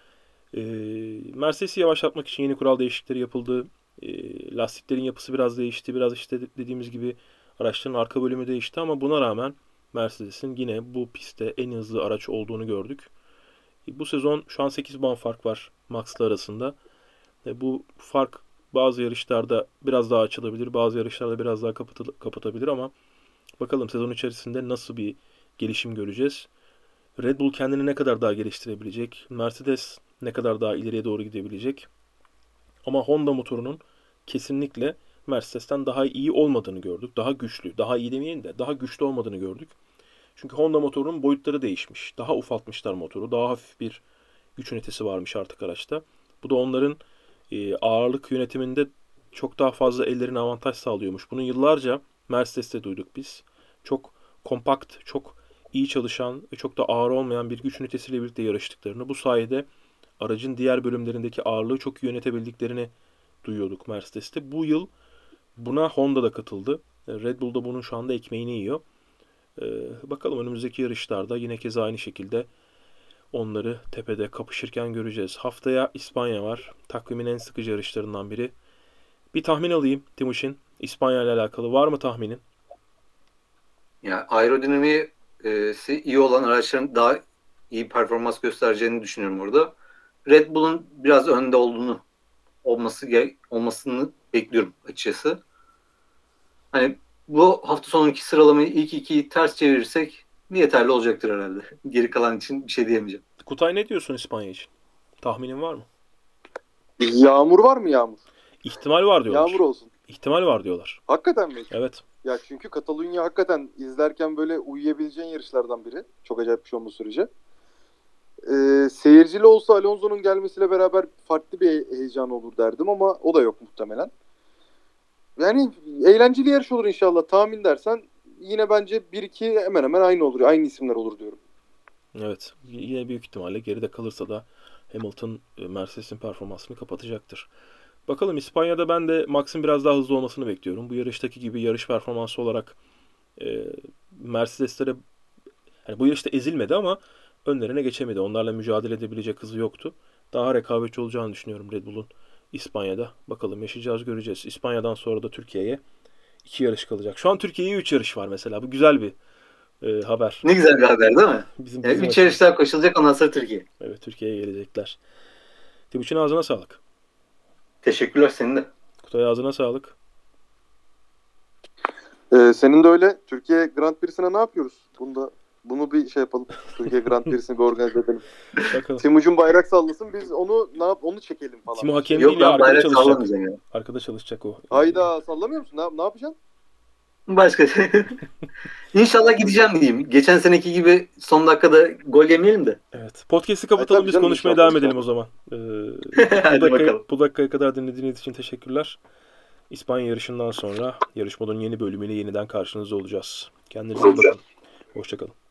Mercedes'i yavaşlatmak için yeni kural değişiklikleri yapıldı. Lastiklerin yapısı biraz değişti. Biraz işte dediğimiz gibi araçların arka bölümü değişti, ama buna rağmen Mercedes'in yine bu pistte en hızlı araç olduğunu gördük. Bu sezon şu an 8 puan fark var Max'la arasında. Bu fark bazı yarışlarda biraz daha açılabilir, bazı yarışlarda biraz daha kapatabilir, ama bakalım sezon içerisinde nasıl bir gelişim göreceğiz. Red Bull kendini ne kadar daha geliştirebilecek? Mercedes ne kadar daha ileriye doğru gidebilecek? Ama Honda motorunun kesinlikle Mercedes'ten daha iyi olmadığını gördük. Daha güçlü, daha iyi demeyelim de daha güçlü olmadığını gördük. Çünkü Honda motorunun boyutları değişmiş. Daha ufaltmışlar motoru. Daha hafif bir güç ünitesi varmış artık araçta. Bu da onların ağırlık yönetiminde çok daha fazla ellerine avantaj sağlıyormuş. Bunu yıllarca Mercedes'te duyduk biz. Çok kompakt, çok iyi çalışan ve çok da ağır olmayan bir güç ünitesiyle birlikte yarıştıklarını, bu sayede aracın diğer bölümlerindeki ağırlığı çok iyi yönetebildiklerini duyuyorduk Mercedes'te. Bu yıl buna Honda da katıldı. Red Bull da bunun şu anda ekmeğini yiyor. Bakalım önümüzdeki yarışlarda yine keza aynı şekilde onları tepede kapışırken göreceğiz. Haftaya İspanya var. Takvimin en sıkıcı yarışlarından biri. Bir tahmin alayım Timuçin. İspanya ile alakalı var mı tahminin? Yani aerodinamiği iyi olan araçların daha iyi performans göstereceğini düşünüyorum orada. Red Bull'un biraz önde olmasını bekliyorum açıkçası. Hani bu hafta sonunki sıralamayı ilk ikiyi ters çevirirsek yeterli olacaktır herhalde. Geri kalan için bir şey diyemeyeceğim. Kutay, ne diyorsun İspanya için? Tahminin var mı? Yağmur var mı yağmur? İhtimal var diyorlar. Yağmur olsun. İhtimal var diyorlar. Hakikaten mi? Evet. Ya çünkü Katalunya hakikaten izlerken böyle uyuyabileceğin yarışlardan biri. Çok acayip bir şey olma sürece. Seyircili olsa Alonso'nun gelmesiyle beraber farklı bir heyecan olur derdim, ama o da yok muhtemelen. Yani eğlenceli yarış olur inşallah. Tahmin dersen yine bence 1-2 hemen hemen aynı olur. Aynı isimler olur diyorum. Evet. Yine büyük ihtimalle geride kalırsa da Hamilton Mercedes'in performansını kapatacaktır. Bakalım, İspanya'da ben de Max'in biraz daha hızlı olmasını bekliyorum. Bu yarıştaki gibi yarış performansı olarak Mercedes'lere, yani bu yarışta ezilmedi ama önlerine geçemedi. Onlarla mücadele edebilecek hızı yoktu. Daha rekabetçi olacağını düşünüyorum Red Bull'un İspanya'da. Bakalım, yaşayacağız, göreceğiz. İspanya'dan sonra da Türkiye'ye 2 yarış kalacak. Şu an Türkiye'ye 3 yarış var mesela. Bu güzel bir haber. Ne güzel bir haber değil mi? Bizim 3 yarış daha koşulacak, ondan sonra Türkiye. Evet, Türkiye'ye gelecekler. Timuçin, ağzına sağlık. Teşekkürler, senin de. Kutay, ağzına sağlık. Senin de öyle. Türkiye Grand Prix'sine ne yapıyoruz? Bunu bir şey yapalım. Türkiye Grand Prix'sini bir organize edelim. Bakalım. Timuçin bayrak sallasın, biz onu çekelim falan. Timo hakem Yok, değil ya, ben arkada bayrak çalışacak. sallamayacağım ya. Arkada çalışacak o. Hayda, sallamıyor musun? Ne yapacaksın? Başka şey. İnşallah gideceğim diyeyim. Geçen seneki gibi son dakikada gol yemeyelim de. Evet. Podcast'i kapatalım, tabii biz canım, konuşmaya inşallah, devam edelim inşallah. o zaman. Hadi bakalım. Bu dakikaya kadar dinlediğiniz için teşekkürler. İspanya yarışından sonra Yarış Modu'nun yeni bölümüyle yeniden karşınızda olacağız. Kendinize iyi bakın. Hoşçakalın.